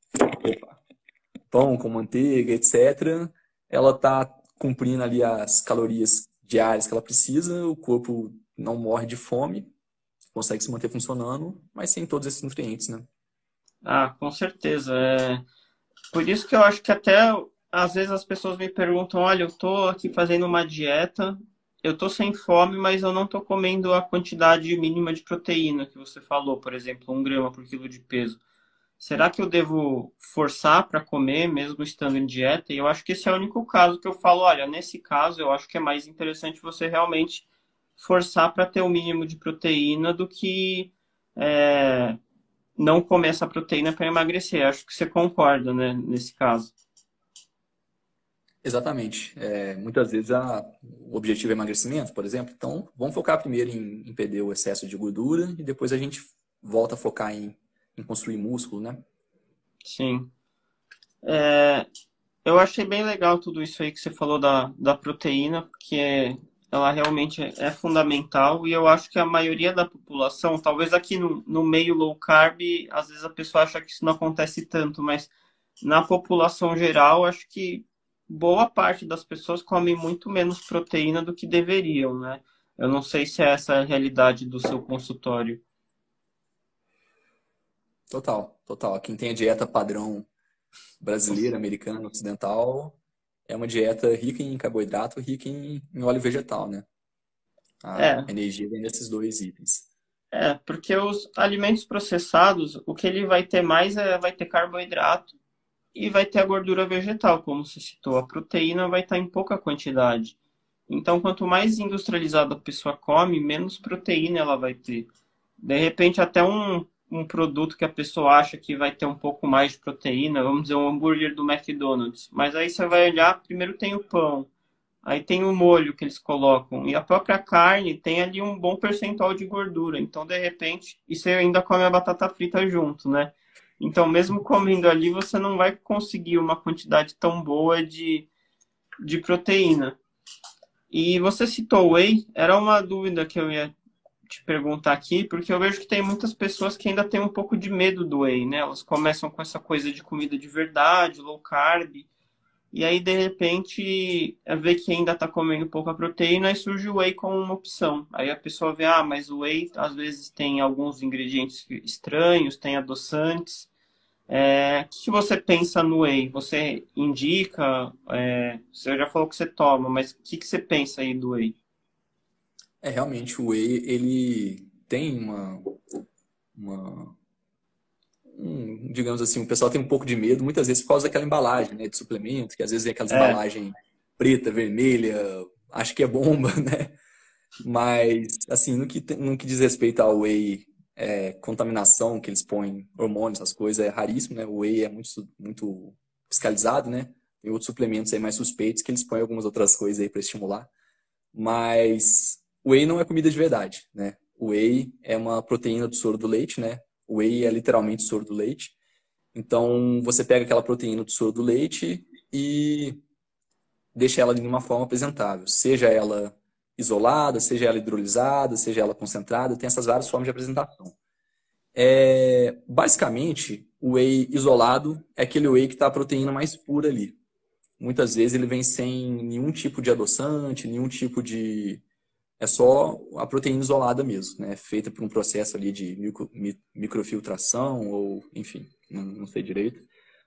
pão com manteiga, etcétera. Ela tá cumprindo ali as calorias diárias que ela precisa, o corpo não morre de fome, consegue se manter funcionando, mas sem todos esses nutrientes, né? Ah, com certeza. É... Por isso que eu acho que até às vezes as pessoas me perguntam, olha, eu tô aqui fazendo uma dieta, eu tô sem fome, mas eu não tô comendo a quantidade mínima de proteína que você falou, por exemplo, um grama por quilo de peso. Será que eu devo forçar para comer, mesmo estando em dieta? E eu acho que esse é o único caso que eu falo, olha, nesse caso eu acho que é mais interessante você realmente forçar para ter o mínimo de proteína do que é, não comer essa proteína para emagrecer. Acho que você concorda, né, nesse caso. Exatamente. É, muitas vezes a, o objetivo é emagrecimento, por exemplo. Então, vamos focar primeiro em, em perder o excesso de gordura e depois a gente volta a focar em, em construir músculo, né? Sim. É, eu achei bem legal tudo isso aí que você falou da, da proteína, porque ela realmente é é fundamental e eu acho que a maioria da população, talvez aqui no, no meio low carb, às vezes a pessoa acha que isso não acontece tanto, mas na população geral, acho que boa parte das pessoas comem muito menos proteína do que deveriam, né? Eu não sei se é essa a realidade do seu consultório. Total, total. Quem tem a dieta padrão brasileira, americana, ocidental, é uma dieta rica em carboidrato, rica em, em óleo vegetal, né? A É, energia vem desses dois itens. é, porque os alimentos processados, o que ele vai ter mais é vai ter carboidrato e vai ter a gordura vegetal, como você citou. A proteína vai estar em pouca quantidade. Então, quanto mais industrializada a pessoa come, menos proteína ela vai ter. De repente, até um, um produto que a pessoa acha que vai ter um pouco mais de proteína, vamos dizer, um hambúrguer do McDonald's. Mas aí você vai olhar, primeiro tem o pão, aí tem o molho que eles colocam, e a própria carne tem ali um bom percentual de gordura. Então, de repente, e você ainda come a batata frita junto, né? Então, mesmo comendo ali, você não vai conseguir uma quantidade tão boa de, de proteína. E você citou whey, era uma dúvida que eu ia te perguntar aqui, porque eu vejo que tem muitas pessoas que ainda têm um pouco de medo do whey, né? Elas começam com essa coisa de comida de verdade, low carb, e aí de repente é ver que ainda está comendo pouca proteína e surge o whey como uma opção. Aí a pessoa vê, ah, mas o whey às vezes tem alguns ingredientes estranhos, tem adoçantes. É, o que você pensa no whey? Você indica? É, você já falou que você toma, mas o que, que você pensa aí do whey? É, realmente, o whey, ele tem uma, uma um, digamos assim, o pessoal tem um pouco de medo, muitas vezes por causa daquela embalagem, né, de suplemento, que às vezes é aquelas É, embalagens preta, vermelha, acho que é bomba, né? Mas, assim, no que, tem- no que diz respeito ao whey, é, contaminação, que eles põem hormônios, essas coisas, é raríssimo, né? O whey é muito, su- muito fiscalizado, né? Tem outros suplementos aí mais suspeitos que eles põem algumas outras coisas aí para estimular. Mas o whey não é comida de verdade, né? O whey é uma proteína do soro do leite, né? O whey é literalmente soro do leite. Então, você pega aquela proteína do soro do leite e deixa ela de uma forma apresentável. Seja ela isolada, seja ela hidrolisada, seja ela concentrada, tem essas várias formas de apresentação. É, basicamente, o whey isolado é aquele whey que está a proteína mais pura ali. Muitas vezes ele vem sem nenhum tipo de adoçante, nenhum tipo de... É só a proteína isolada mesmo, né? Feita por um processo ali de micro, mi- microfiltração ou, enfim, não, não sei direito.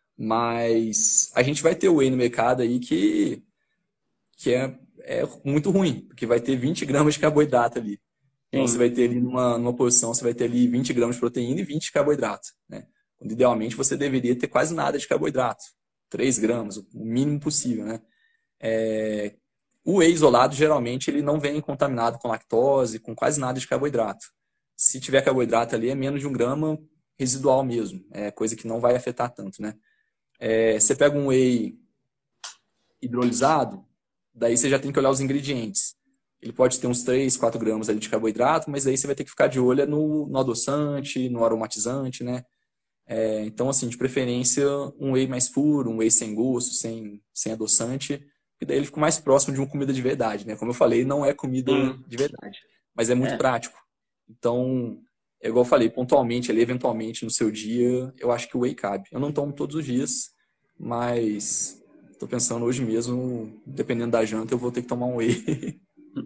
Mas a gente vai ter o whey no mercado aí que que é, é muito ruim, porque vai ter vinte gramas de carboidrato ali. Então você sim. vai ter ali numa, numa posição, você vai ter ali vinte gramas de proteína e vinte de carboidrato, né? Quando idealmente você deveria ter quase nada de carboidrato. Três gramas, o mínimo possível, né? É, o whey isolado, geralmente, ele não vem contaminado com lactose, com quase nada de carboidrato. Se tiver carboidrato ali, é menos de um grama residual mesmo. É coisa que não vai afetar tanto, né? É, você pega um whey hidrolisado, daí você já tem que olhar os ingredientes. Ele pode ter uns três, quatro gramas ali de carboidrato, mas aí você vai ter que ficar de olho no, no adoçante, no aromatizante, né? É, então, assim, de preferência, um whey mais puro, um whey sem gosto, sem, sem adoçante, e daí ele fica mais próximo de uma comida de verdade, né? Como eu falei, não é comida Sim. de verdade, mas é muito É, prático. Então, é igual eu falei, pontualmente, ali, eventualmente, no seu dia, eu acho que o whey cabe. Eu não tomo todos os dias, mas tô pensando hoje mesmo, dependendo da janta, eu vou ter que tomar um whey.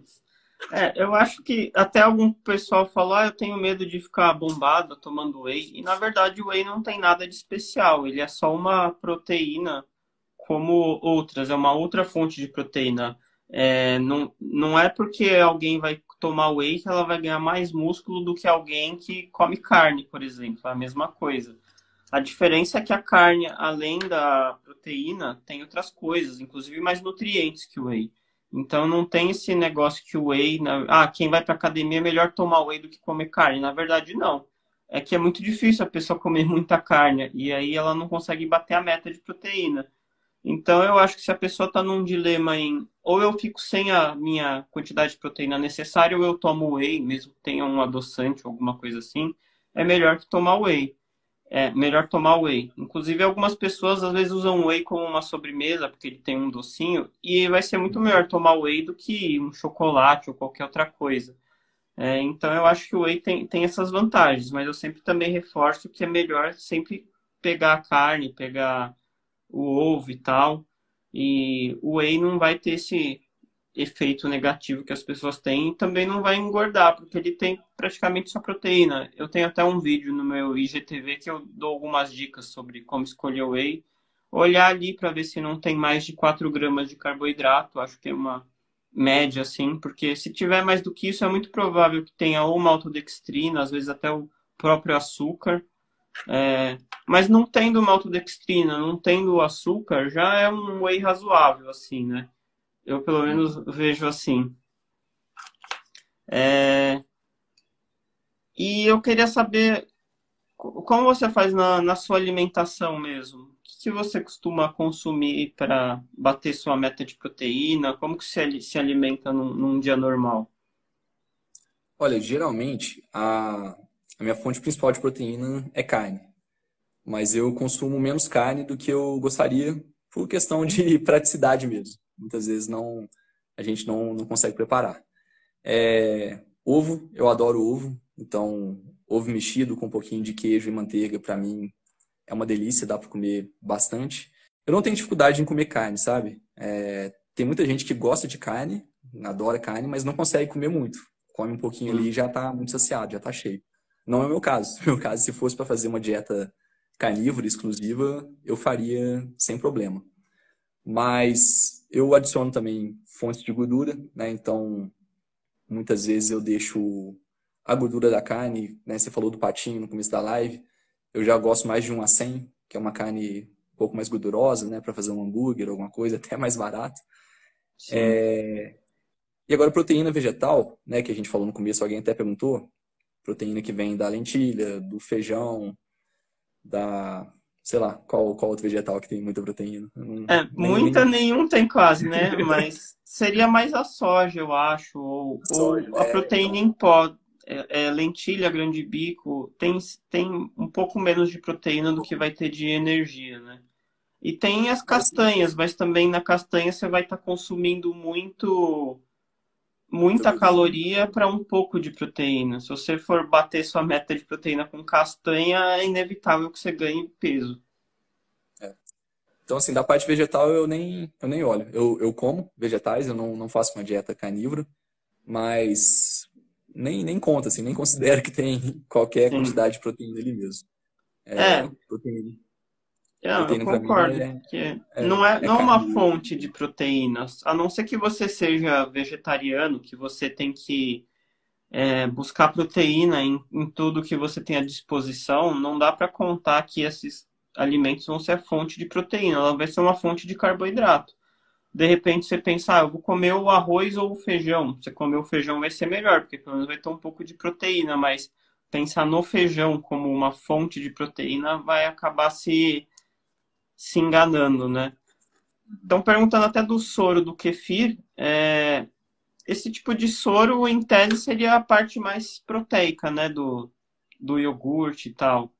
é, eu acho que até algum pessoal falou, ah, eu tenho medo de ficar bombado tomando whey. E na verdade o whey não tem nada de especial, ele é só uma proteína como outras, é uma outra fonte de proteína. É, não, não é porque alguém vai tomar whey que ela vai ganhar mais músculo do que alguém que come carne, por exemplo, é a mesma coisa. A diferença é que a carne, além da proteína, tem outras coisas, inclusive mais nutrientes que o whey. Então não tem esse negócio que o whey, ah, quem vai para academia é melhor tomar whey do que comer carne. Na verdade, não. É que é muito difícil a pessoa comer muita carne e aí ela não consegue bater a meta de proteína. Então eu acho que se a pessoa está num dilema em ou eu fico sem a minha quantidade de proteína necessária ou eu tomo whey, mesmo que tenha um adoçante ou alguma coisa assim, é melhor que tomar whey. é melhor tomar whey. Inclusive, algumas pessoas às vezes usam whey como uma sobremesa, porque ele tem um docinho, e vai ser muito melhor tomar whey do que um chocolate ou qualquer outra coisa. É, então, eu acho que o whey tem, tem essas vantagens, mas eu sempre também reforço que é melhor sempre pegar a carne, pegar o ovo e tal. E o whey não vai ter esse efeito negativo que as pessoas têm e também não vai engordar, porque ele tem praticamente só proteína. Eu tenho até um vídeo no meu I G T V que eu dou algumas dicas sobre como escolher o whey. Olhar ali para ver se não tem mais de quatro gramas de carboidrato, acho que é uma média, assim, porque se tiver mais do que isso, é muito provável que tenha ou maltodextrina, às vezes até o próprio açúcar. É, mas não tendo maltodextrina, não tendo açúcar, já é um whey razoável, assim, né? Eu, pelo menos, vejo assim. É, e eu queria saber co- como você faz na, na sua alimentação mesmo. O que que você costuma consumir para bater sua meta de proteína? Como que você ali- se alimenta num, num dia normal? Olha, geralmente a, a minha fonte principal de proteína é carne, mas eu consumo menos carne do que eu gostaria por questão de praticidade mesmo. Muitas vezes não, a gente não, não consegue preparar. É, ovo, eu adoro ovo, então ovo mexido com um pouquinho de queijo e manteiga, para mim é uma delícia, dá para comer bastante. Eu não tenho dificuldade em comer carne, sabe? É, tem muita gente que gosta de carne, adora carne, mas não consegue comer muito. Come um pouquinho ali e já está muito saciado, já está cheio. Não é o meu caso. No meu caso, se fosse para fazer uma dieta carnívora exclusiva, eu faria sem problema. Mas eu adiciono também fontes de gordura, né? Então, muitas vezes eu deixo a gordura da carne, né? Você falou do patinho no começo da live. Eu já gosto mais de um acém, que é uma carne um pouco mais gordurosa, né? Para fazer um hambúrguer, alguma coisa, até mais barato. Sim. E agora, proteína vegetal, né? Que a gente falou no começo, alguém até perguntou. Proteína que vem da lentilha, do feijão, da... Sei lá, qual, qual outro vegetal que tem muita proteína? Eu não- É, nem, muita nem... nenhum tem quase, né? Mas seria mais a soja, eu acho, ou, Soja, ou a é, proteína então... em pó. É, é, lentilha, grande bico, tem, tem um pouco menos de proteína do que vai ter de energia, né? E tem as Mas assim, castanhas, mas também na castanha você vai estar consumindo muito, muita muita gordura. caloria para um pouco de proteína. Se você for bater sua meta de proteína com castanha, é inevitável que você ganhe peso. É. Então, assim, da parte vegetal eu nem, eu nem olho. Eu, eu como vegetais, eu não, não faço uma dieta carnívora, mas nem, nem conta, assim, nem considero que tem qualquer Sim. quantidade de proteína ali mesmo. É, É, proteína, não, eu proteína para mim concordo, é, porque é, não é, é não é uma carne. fonte de proteínas, a não ser que você seja vegetariano, que você tem que é, buscar proteína em, em tudo que você tem à disposição, não dá para contar que esses alimentos vão ser a fonte de proteína, ela vai ser uma fonte de carboidrato. De repente você pensa, ah, eu vou comer o arroz ou o feijão. Você comer o feijão vai ser melhor, porque pelo menos vai ter um pouco de proteína, mas pensar no feijão como uma fonte de proteína vai acabar se, se enganando, né? Então, perguntando até do soro do kefir, é, esse tipo de soro, em tese, seria a parte mais proteica, né, do, do iogurte e tal.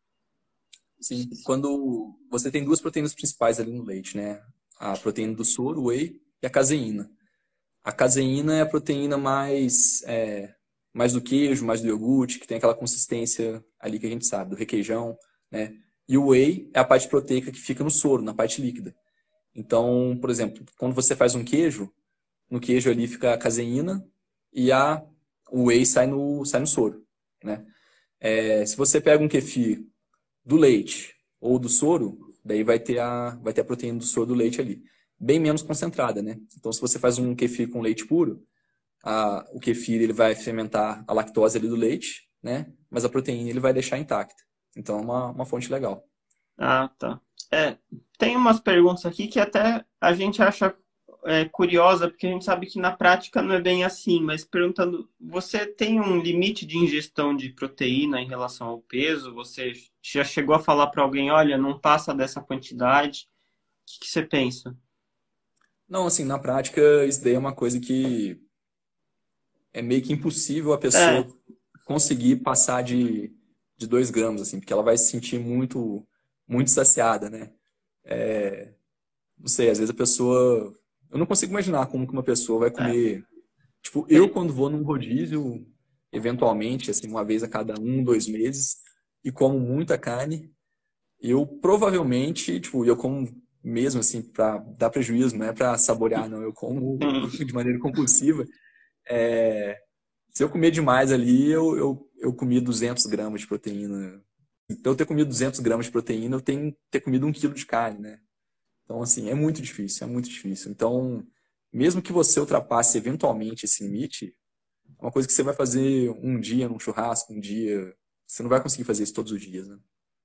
Sim, quando você tem duas proteínas principais ali no leite, né? A proteína do soro, o whey, e a caseína. A caseína é a proteína mais, é, mais do queijo, mais do iogurte, que tem aquela consistência ali que a gente sabe, do requeijão, né? E o whey é a parte proteica que fica no soro, na parte líquida. Então, por exemplo, quando você faz um queijo, no queijo ali fica a caseína e a, o whey sai no, sai no soro, né? É, se você pega um kefir do leite ou do soro, daí vai ter a, vai ter a proteína do soro do leite ali. Bem menos concentrada, né? Então, se você faz um kefir com leite puro, a, o kefir ele vai fermentar a lactose ali do leite, né? Mas a proteína ele vai deixar intacta. Então, é uma, uma fonte legal. Ah, tá. É, tem umas perguntas aqui que até a gente acha é, curiosa, porque a gente sabe que na prática não é bem assim, mas perguntando, você tem um limite de ingestão de proteína em relação ao peso? Você já chegou a falar para alguém, olha, não passa dessa quantidade? O que que você pensa? Não, assim, na prática, isso daí é uma coisa que é meio que impossível a É, pessoa conseguir passar de, de dois gramas, assim, porque ela vai se sentir muito, muito saciada, né? É, não sei, às vezes a pessoa... Eu não consigo imaginar como que uma pessoa vai É. comer... Tipo, eu quando vou num rodízio, eventualmente, assim, uma vez a cada um, dois meses, e como muita carne, eu provavelmente, tipo, eu como mesmo, assim, pra dar prejuízo, não é pra saborear, não, eu como Hum. de maneira compulsiva. É, se eu comer demais ali, eu, eu, eu comi duzentos gramas de proteína. Então, eu ter comido duzentos gramas de proteína, eu tenho que ter comido um quilo de carne, né? Então, assim, é muito difícil, é muito difícil. Então, mesmo que você ultrapasse eventualmente esse limite, é uma coisa que você vai fazer um dia num churrasco, um dia. Você não vai conseguir fazer isso todos os dias, né?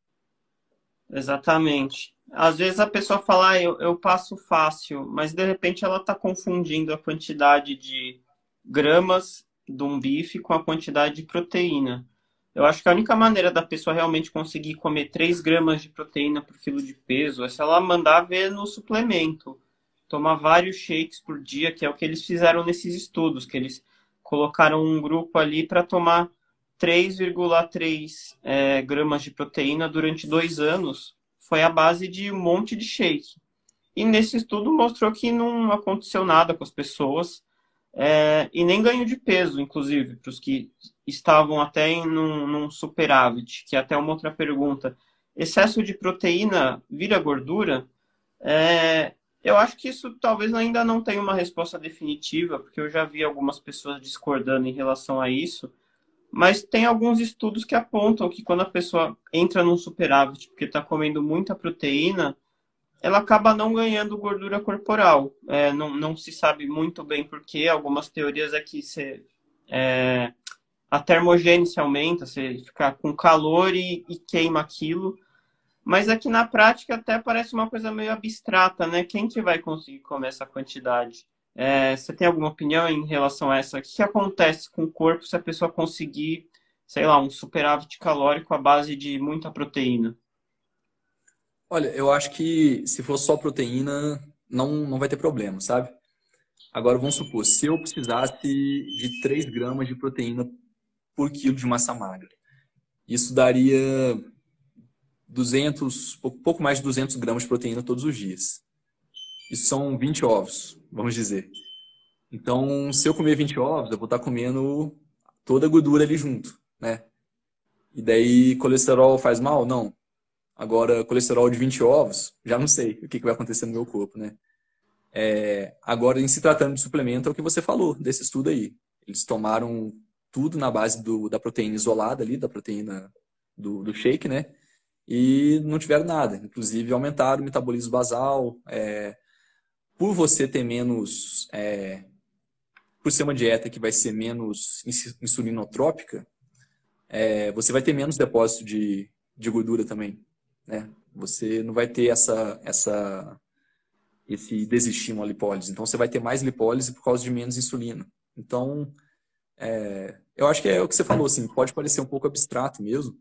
Exatamente. Às vezes a pessoa fala, ah, eu, eu passo fácil, mas de repente ela está confundindo a quantidade de gramas de um bife com a quantidade de proteína. Eu acho que a única maneira da pessoa realmente conseguir comer três gramas de proteína por quilo de peso é se ela mandar ver no suplemento. Tomar vários shakes por dia, que é o que eles fizeram nesses estudos, que eles colocaram um grupo ali para tomar três vírgula três é, gramas de proteína durante dois anos. Foi a base de um monte de shake. E nesse estudo mostrou que não aconteceu nada com as pessoas, é, e nem ganho de peso, inclusive, para os que estavam até em num, num superávit, que é até uma outra pergunta. Excesso de proteína vira gordura? É, eu acho que isso talvez ainda não tenha uma resposta definitiva, porque eu já vi algumas pessoas discordando em relação a isso, mas tem alguns estudos que apontam que quando a pessoa entra num superávit porque está comendo muita proteína, ela acaba não ganhando gordura corporal. É, não, não se sabe muito bem por quê. Algumas teorias é que você, é, a termogênese aumenta, você fica com calor e, e queima aquilo. Mas aqui na prática até parece uma coisa meio abstrata, né? Quem que vai conseguir comer essa quantidade? É, você tem alguma opinião em relação a essa? O que, que acontece com o corpo se a pessoa conseguir, sei lá, um superávit calórico à base de muita proteína? Olha, eu acho que se for só proteína, não, não vai ter problema, sabe? Agora, vamos supor, se eu precisasse de três gramas de proteína por quilo de massa magra, isso daria duzentos, pou- pouco mais de duzentos gramas de proteína todos os dias. Isso são vinte ovos, vamos dizer. Então, se eu comer vinte ovos, eu vou estar comendo toda a gordura ali junto, né? E daí, colesterol faz mal? Não. Agora, colesterol de vinte ovos, já não sei o que que vai acontecer no meu corpo, né? É, agora, em se tratando de suplemento, é o que você falou desse estudo aí. Eles tomaram tudo na base do, da proteína isolada ali, da proteína do, do shake, né? E não tiveram nada. Inclusive, aumentaram o metabolismo basal. É, por você ter menos... é, por ser uma dieta que vai ser menos ins- insulinotrópica, é, você vai ter menos depósito de, de gordura também, né? Você não vai ter essa, essa, esse desestímulo à lipólise. Então, você vai ter mais lipólise por causa de menos insulina. Então, é, eu acho que é o que você falou, assim, pode parecer um pouco abstrato mesmo,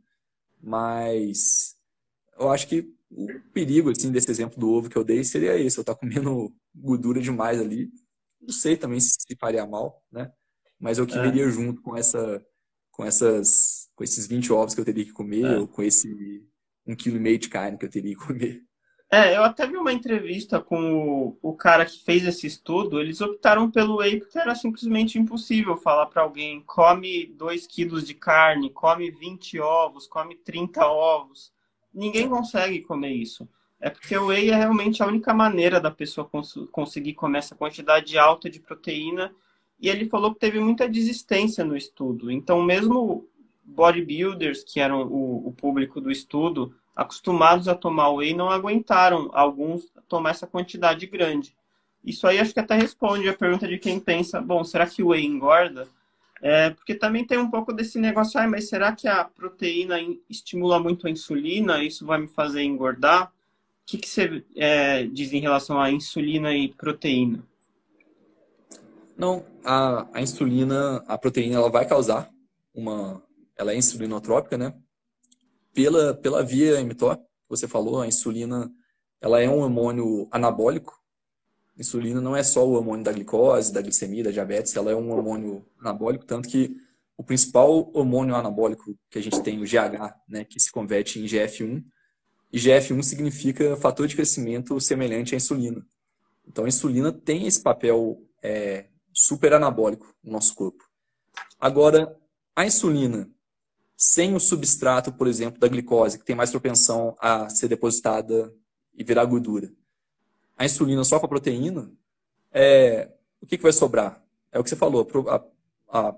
mas eu acho que o perigo, assim, desse exemplo do ovo que eu dei seria esse, eu estar comendo gordura demais ali. Não sei também se faria mal, né? Mas é o que É, viria junto com essa, com essas, com esses vinte ovos que eu teria que comer, é. ou com esse um quilo e meio de carne que eu teria que comer. É, eu até vi uma entrevista com o, o cara que fez esse estudo. Eles optaram pelo whey porque era simplesmente impossível falar para alguém: come dois quilos de carne, come vinte ovos, come trinta ovos. Ninguém consegue comer isso. É porque o whey é realmente a única maneira da pessoa cons conseguir comer essa quantidade alta de proteína. E ele falou que teve muita desistência no estudo. Então, mesmo bodybuilders, que eram o, o público do estudo, acostumados a tomar whey, não aguentaram alguns tomar essa quantidade grande. Isso aí acho que até responde a pergunta de quem pensa, bom, será que o whey engorda? É, porque também tem um pouco desse negócio, ah, mas será que a proteína estimula muito a insulina? Isso vai me fazer engordar? O que, que você é, diz em relação à insulina e proteína? Não, a, a insulina, a proteína, ela vai causar uma... Ela é insulinotrópica, né? Pela, pela via mTOR, que você falou, a insulina, ela é um hormônio anabólico. A insulina não é só o hormônio da glicose, da glicemia, da diabetes, ela é um hormônio anabólico, tanto que o principal hormônio anabólico que a gente tem, o G H, né, que se converte em G F um, e G F um significa fator de crescimento semelhante à insulina. Então, a insulina tem esse papel é, super anabólico no nosso corpo. Agora, a insulina, sem o substrato, por exemplo, da glicose, que tem mais propensão a ser depositada e virar gordura. A insulina só com a proteína, é, o que, que vai sobrar? É o que você falou, a, a,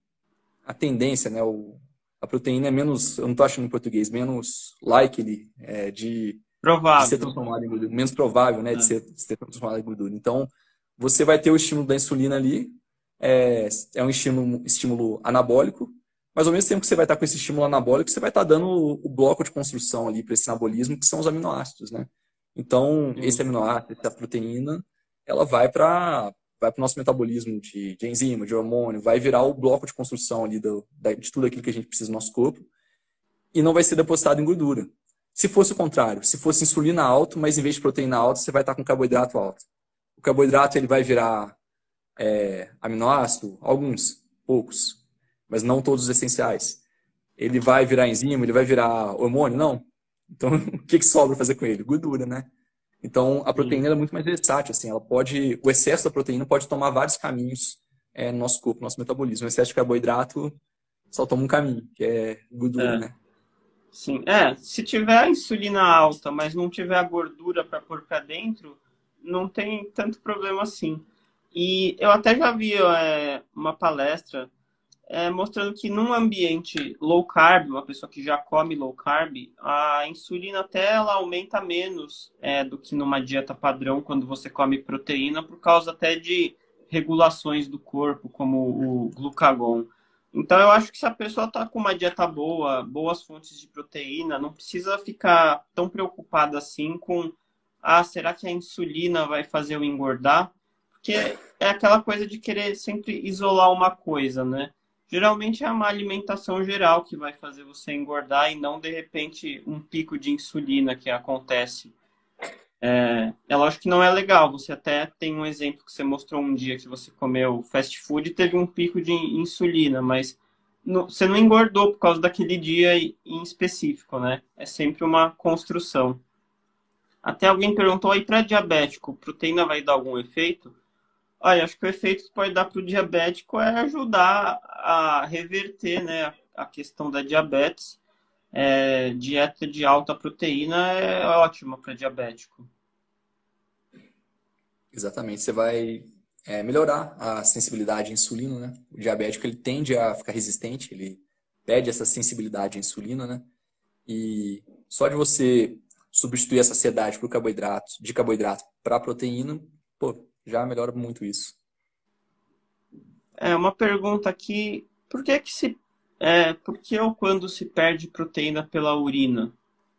a tendência, né, o, a proteína é menos, eu não estou achando em português, menos likely é, de, de ser transformada em gordura, menos provável, né, de, é. ser, de ser transformada em gordura. Então, você vai ter o estímulo da insulina ali, é, é um estímulo, estímulo anabólico, mas ao mesmo tempo que você vai estar com esse estímulo anabólico, você vai estar dando o, o bloco de construção ali para esse anabolismo, que são os aminoácidos, né? Então, Sim. esse aminoácido, essa proteína, ela vai para vai o nosso metabolismo de, de enzima, de hormônio, vai virar o bloco de construção ali do, de tudo aquilo que a gente precisa no nosso corpo e não vai ser depositado em gordura. Se fosse o contrário, se fosse insulina alto, mas em vez de proteína alta, você vai estar com carboidrato alto. O carboidrato ele vai virar é, aminoácido, alguns, poucos, mas não todos os essenciais. Ele vai virar enzima, ele vai virar hormônio? Não. Então, o que, que sobra fazer com ele? Gordura, né? Então, a proteína é muito mais versátil, assim, ela pode, o excesso da proteína pode tomar vários caminhos é, no nosso corpo, no nosso metabolismo. O excesso de carboidrato só toma um caminho, que é gordura, É. né? Sim, é, se tiver a insulina alta, mas não tiver a gordura para pôr para dentro, não tem tanto problema assim. E eu até já vi é, uma palestra é, mostrando que num ambiente low carb, uma pessoa que já come low carb, a insulina até ela aumenta menos é, do que numa dieta padrão quando você come proteína, por causa até de regulações do corpo, como o glucagon. Então eu acho que se a pessoa está com uma dieta boa, boas fontes de proteína, não precisa ficar tão preocupada assim com, ah, será que a insulina vai fazer eu engordar? Porque é aquela coisa de querer sempre isolar uma coisa, né? Geralmente é a má alimentação geral que vai fazer você engordar e não, de repente, um pico de insulina que acontece. É, é lógico que não é legal. Você até tem um exemplo que você mostrou um dia que você comeu fast food e teve um pico de insulina, mas no, você não engordou por causa daquele dia em específico, né? É sempre uma construção. Até alguém perguntou aí para diabético, proteína vai dar algum efeito? Olha, acho que o efeito que pode dar para o diabético é ajudar a reverter, né, a questão da diabetes. É, dieta de alta proteína é ótima para diabético. Exatamente, você vai é, melhorar a sensibilidade à insulina, né? O diabético ele tende a ficar resistente, ele perde essa sensibilidade à insulina, né? E só de você substituir a saciedade por carboidrato, de carboidrato para proteína, pô, já melhora muito isso. É uma pergunta aqui, por que que se é, por que ou quando se perde proteína pela urina?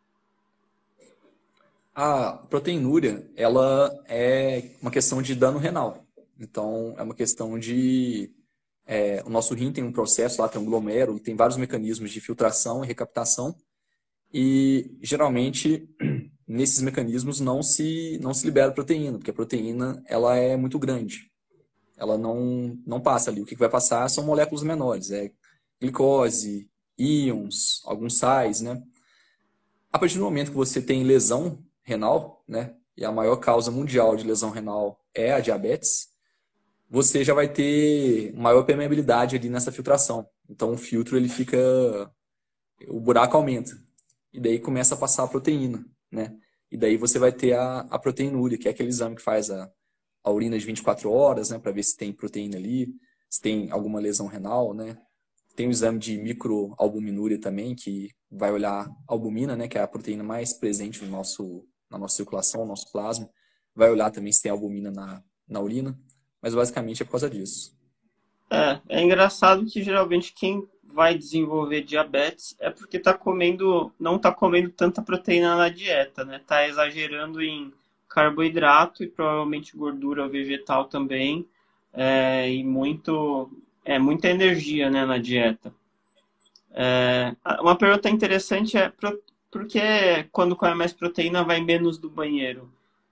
A proteinúria, ela é uma questão de dano renal. Então, é uma questão de... É, o nosso rim tem um processo lá, tem um glomérulo, tem vários mecanismos de filtração e recaptação. E, geralmente, nesses mecanismos não se, não se libera proteína, porque a proteína ela é muito grande. Ela não, não passa ali. O que vai passar são moléculas menores. É glicose, íons, alguns sais, né? A partir do momento que você tem lesão renal, né? E a maior causa mundial de lesão renal é a diabetes, você já vai ter maior permeabilidade ali nessa filtração. Então o filtro ele fica, o buraco aumenta e daí começa a passar a proteína, né? E daí você vai ter a, a proteinúria, que é aquele exame que faz a, a urina de vinte e quatro horas, né? Para ver se tem proteína ali, se tem alguma lesão renal, né? Tem o exame de microalbuminúria também, que vai olhar a albumina, né? Que é a proteína mais presente no nosso, na nossa circulação, no nosso plasma. Vai olhar também se tem albumina na, na urina. Mas basicamente é por causa disso. É, é engraçado que geralmente quem vai desenvolver diabetes é porque tá comendo, não está comendo tanta proteína na dieta, né? Tá exagerando em carboidrato e provavelmente gordura vegetal também, é, e muito, é, muita energia, né, na dieta. É, uma pergunta interessante é por que quando come mais proteína vai menos do banheiro?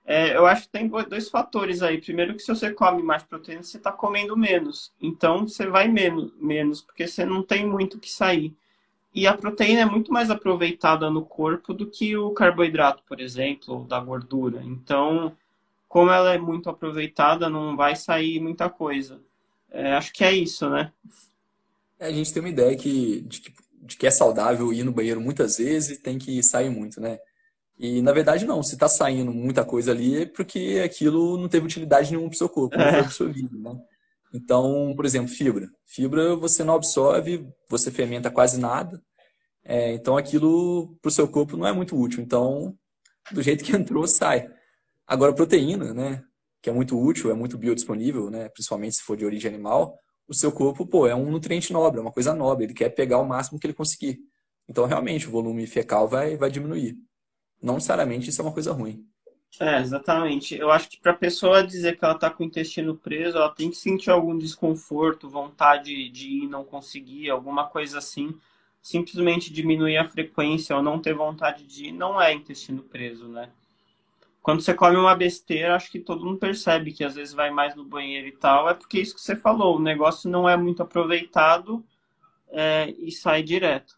É, eu acho que tem dois fatores aí. Primeiro que se você come mais proteína, você está comendo menos. Então você vai menos, menos, porque você não tem muito o que sair. E a proteína é muito mais aproveitada no corpo do que o carboidrato, por exemplo, ou da gordura. Então, como ela é muito aproveitada, não vai sair muita coisa. É, acho que é isso, né? É, a gente tem uma ideia que, de, que, de que é saudável ir no banheiro muitas vezes e tem que sair muito, né? E na verdade não, se está saindo muita coisa ali é porque aquilo não teve utilidade nenhuma para o seu corpo, não foi É, absorvido, né? Então, por exemplo, fibra. Fibra você não absorve, você fermenta quase nada, é, então aquilo para o seu corpo não é muito útil. Então, do jeito que entrou, sai. Agora, proteína, né? Que é muito útil, é muito biodisponível, né? Principalmente se for de origem animal, o seu corpo, pô, é um nutriente nobre, é uma coisa nobre, ele quer pegar o máximo que ele conseguir. Então, realmente, o volume fecal vai, vai diminuir. Não necessariamente isso é uma coisa ruim. é, exatamente. Eu acho que para a pessoa dizer que ela está com o intestino preso, ela tem que sentir algum desconforto, vontade de ir, não conseguir, alguma coisa assim. Simplesmente diminuir a frequência ou não ter vontade de ir, não é intestino preso, né? Quando você come uma besteira, acho que todo mundo percebe que às vezes vai mais no banheiro e tal. É porque é isso que você falou, o negócio não é muito aproveitado, é, e sai direto.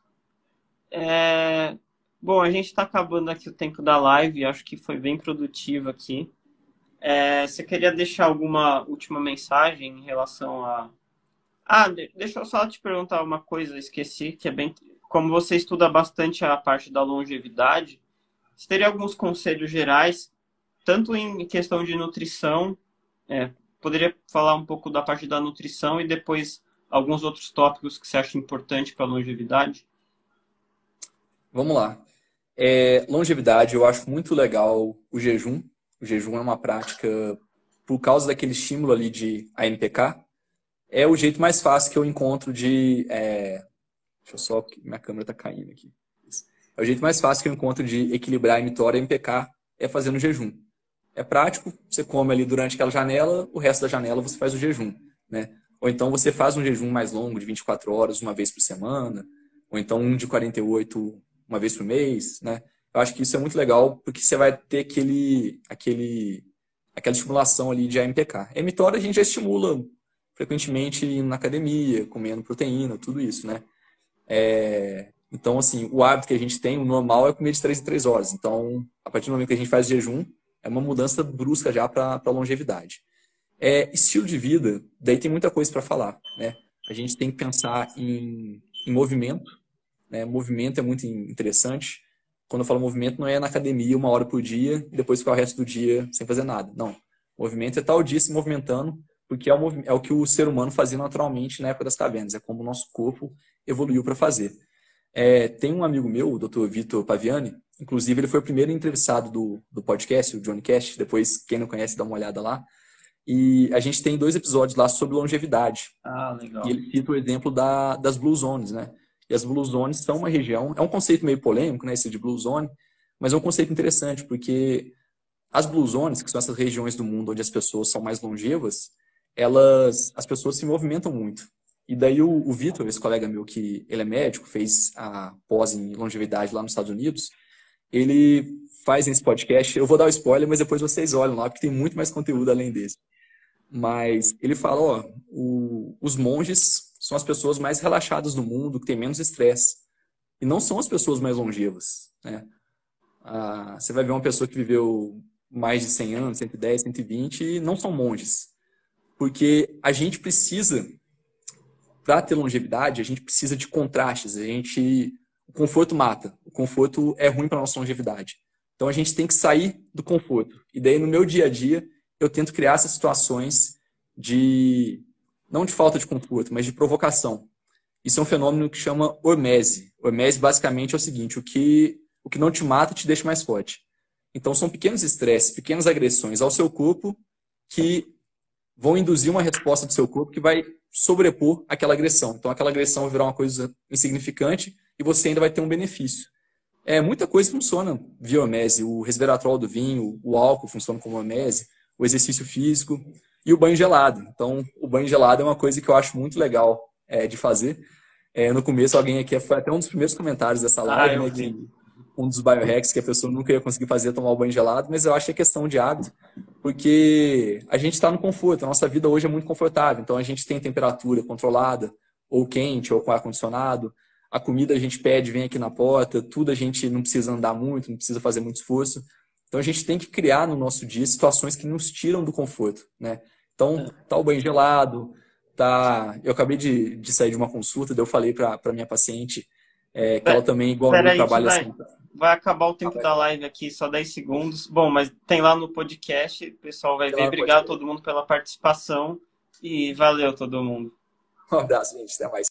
É, bom, a gente está acabando aqui o tempo da live, acho que foi bem produtivo aqui. É, você queria deixar alguma última mensagem em relação a... Ah, de- deixa eu só te perguntar uma coisa, esqueci, que é bem... Como você estuda bastante a parte da longevidade, você teria alguns conselhos gerais, tanto em questão de nutrição, é, poderia falar um pouco da parte da nutrição e depois alguns outros tópicos que você acha importante para a longevidade? Vamos lá. É, longevidade, eu acho muito legal o jejum. O jejum é uma prática, por causa daquele estímulo ali de A M P K, é o jeito mais fácil que eu encontro de... é, deixa eu só... Minha câmera tá caindo aqui. É o jeito mais fácil que eu encontro de equilibrar a mTOR e a M P K é fazendo jejum. É prático, você come ali durante aquela janela, o resto da janela você faz o jejum, né? Ou então você faz um jejum mais longo, de vinte e quatro horas, uma vez por semana, ou então um de quarenta e oito, uma vez por mês, né? Eu acho que isso é muito legal, porque você vai ter aquele, aquele, aquela estimulação ali de A M P K. A mTOR a gente já estimula frequentemente indo na academia, comendo proteína, tudo isso, né? É, então, assim, o hábito que a gente tem, o normal é comer de três em três horas. Então, a partir do momento que a gente faz jejum, é uma mudança brusca já para a longevidade. É, estilo de vida, daí tem muita coisa para falar, né? A gente tem que pensar em, em movimento, né? Movimento é muito interessante. Quando eu falo movimento, não é na academia uma hora por dia e depois ficar o resto do dia sem fazer nada. Não. Movimento é tal dia se movimentando, porque é o, movi- é o que o ser humano fazia naturalmente na época das cavernas. É como o nosso corpo evoluiu para fazer. É, tem um amigo meu, o doutor Vitor Paviani, inclusive ele foi o primeiro entrevistado do, do podcast, o Johnny Cast, depois quem não conhece dá uma olhada lá. E a gente tem dois episódios lá sobre longevidade. Ah, E legal. ele cita o exemplo da, das Blue Zones, né? E as Blue Zones são uma região, é um conceito meio polêmico, né, esse de Blue Zone, mas é um conceito interessante, porque as Blue Zones, que são essas regiões do mundo onde as pessoas são mais longevas, elas, as pessoas se movimentam muito. E daí o, o Vitor, esse colega meu que ele é médico, fez a pós em longevidade lá nos Estados Unidos, ele faz esse podcast, eu vou dar o spoiler, mas depois vocês olham lá, porque tem muito mais conteúdo além desse. Mas ele fala, ó, o, os monges são as pessoas mais relaxadas do mundo, que têm menos estresse. E não são as pessoas mais longevas, né? Ah, você vai ver uma pessoa que viveu mais de cem anos, cento e dez, cento e vinte, e não são monges. Porque a gente precisa, para ter longevidade, a gente precisa de contrastes. A gente, o conforto mata. O conforto é ruim para nossa longevidade. Então a gente tem que sair do conforto. E daí no meu dia a dia eu tento criar essas situações de não de falta de conforto, mas de provocação. Isso é um fenômeno que chama hormese. Hormese basicamente é o seguinte: o que o que não te mata te deixa mais forte. Então são pequenos estresses, pequenas agressões ao seu corpo que vão induzir uma resposta do seu corpo que vai sobrepor aquela agressão. Então aquela agressão vai virar uma coisa insignificante e você ainda vai ter um benefício. É, muita coisa funciona via hormese. O resveratrol do vinho, o álcool funciona como hormese, o exercício físico e o banho gelado. Então o banho gelado é uma coisa que eu acho muito legal é, de fazer. É, no começo alguém aqui, foi até um dos primeiros comentários dessa Ah, live, eu né, que vi. um dos biohacks que a pessoa nunca ia conseguir fazer, tomar o banho gelado, mas eu acho que é questão de hábito, porque a gente está no conforto, a nossa vida hoje é muito confortável, então a gente tem temperatura controlada, ou quente, ou com ar-condicionado, a comida a gente pede, vem aqui na porta, tudo a gente não precisa andar muito, não precisa fazer muito esforço. Então a gente tem que criar no nosso dia situações que nos tiram do conforto, né? Então, tá o banho gelado, tá... Eu acabei de, de sair de uma consulta, daí eu falei para a minha paciente é, que ela também, igual Pera eu aí, trabalha vai, assim. vai acabar o tempo da live aqui, só dez segundos. Bom, mas tem lá no podcast, o pessoal vai ver. Obrigado a todo mundo pela participação e valeu todo mundo. Um abraço, gente. Até mais.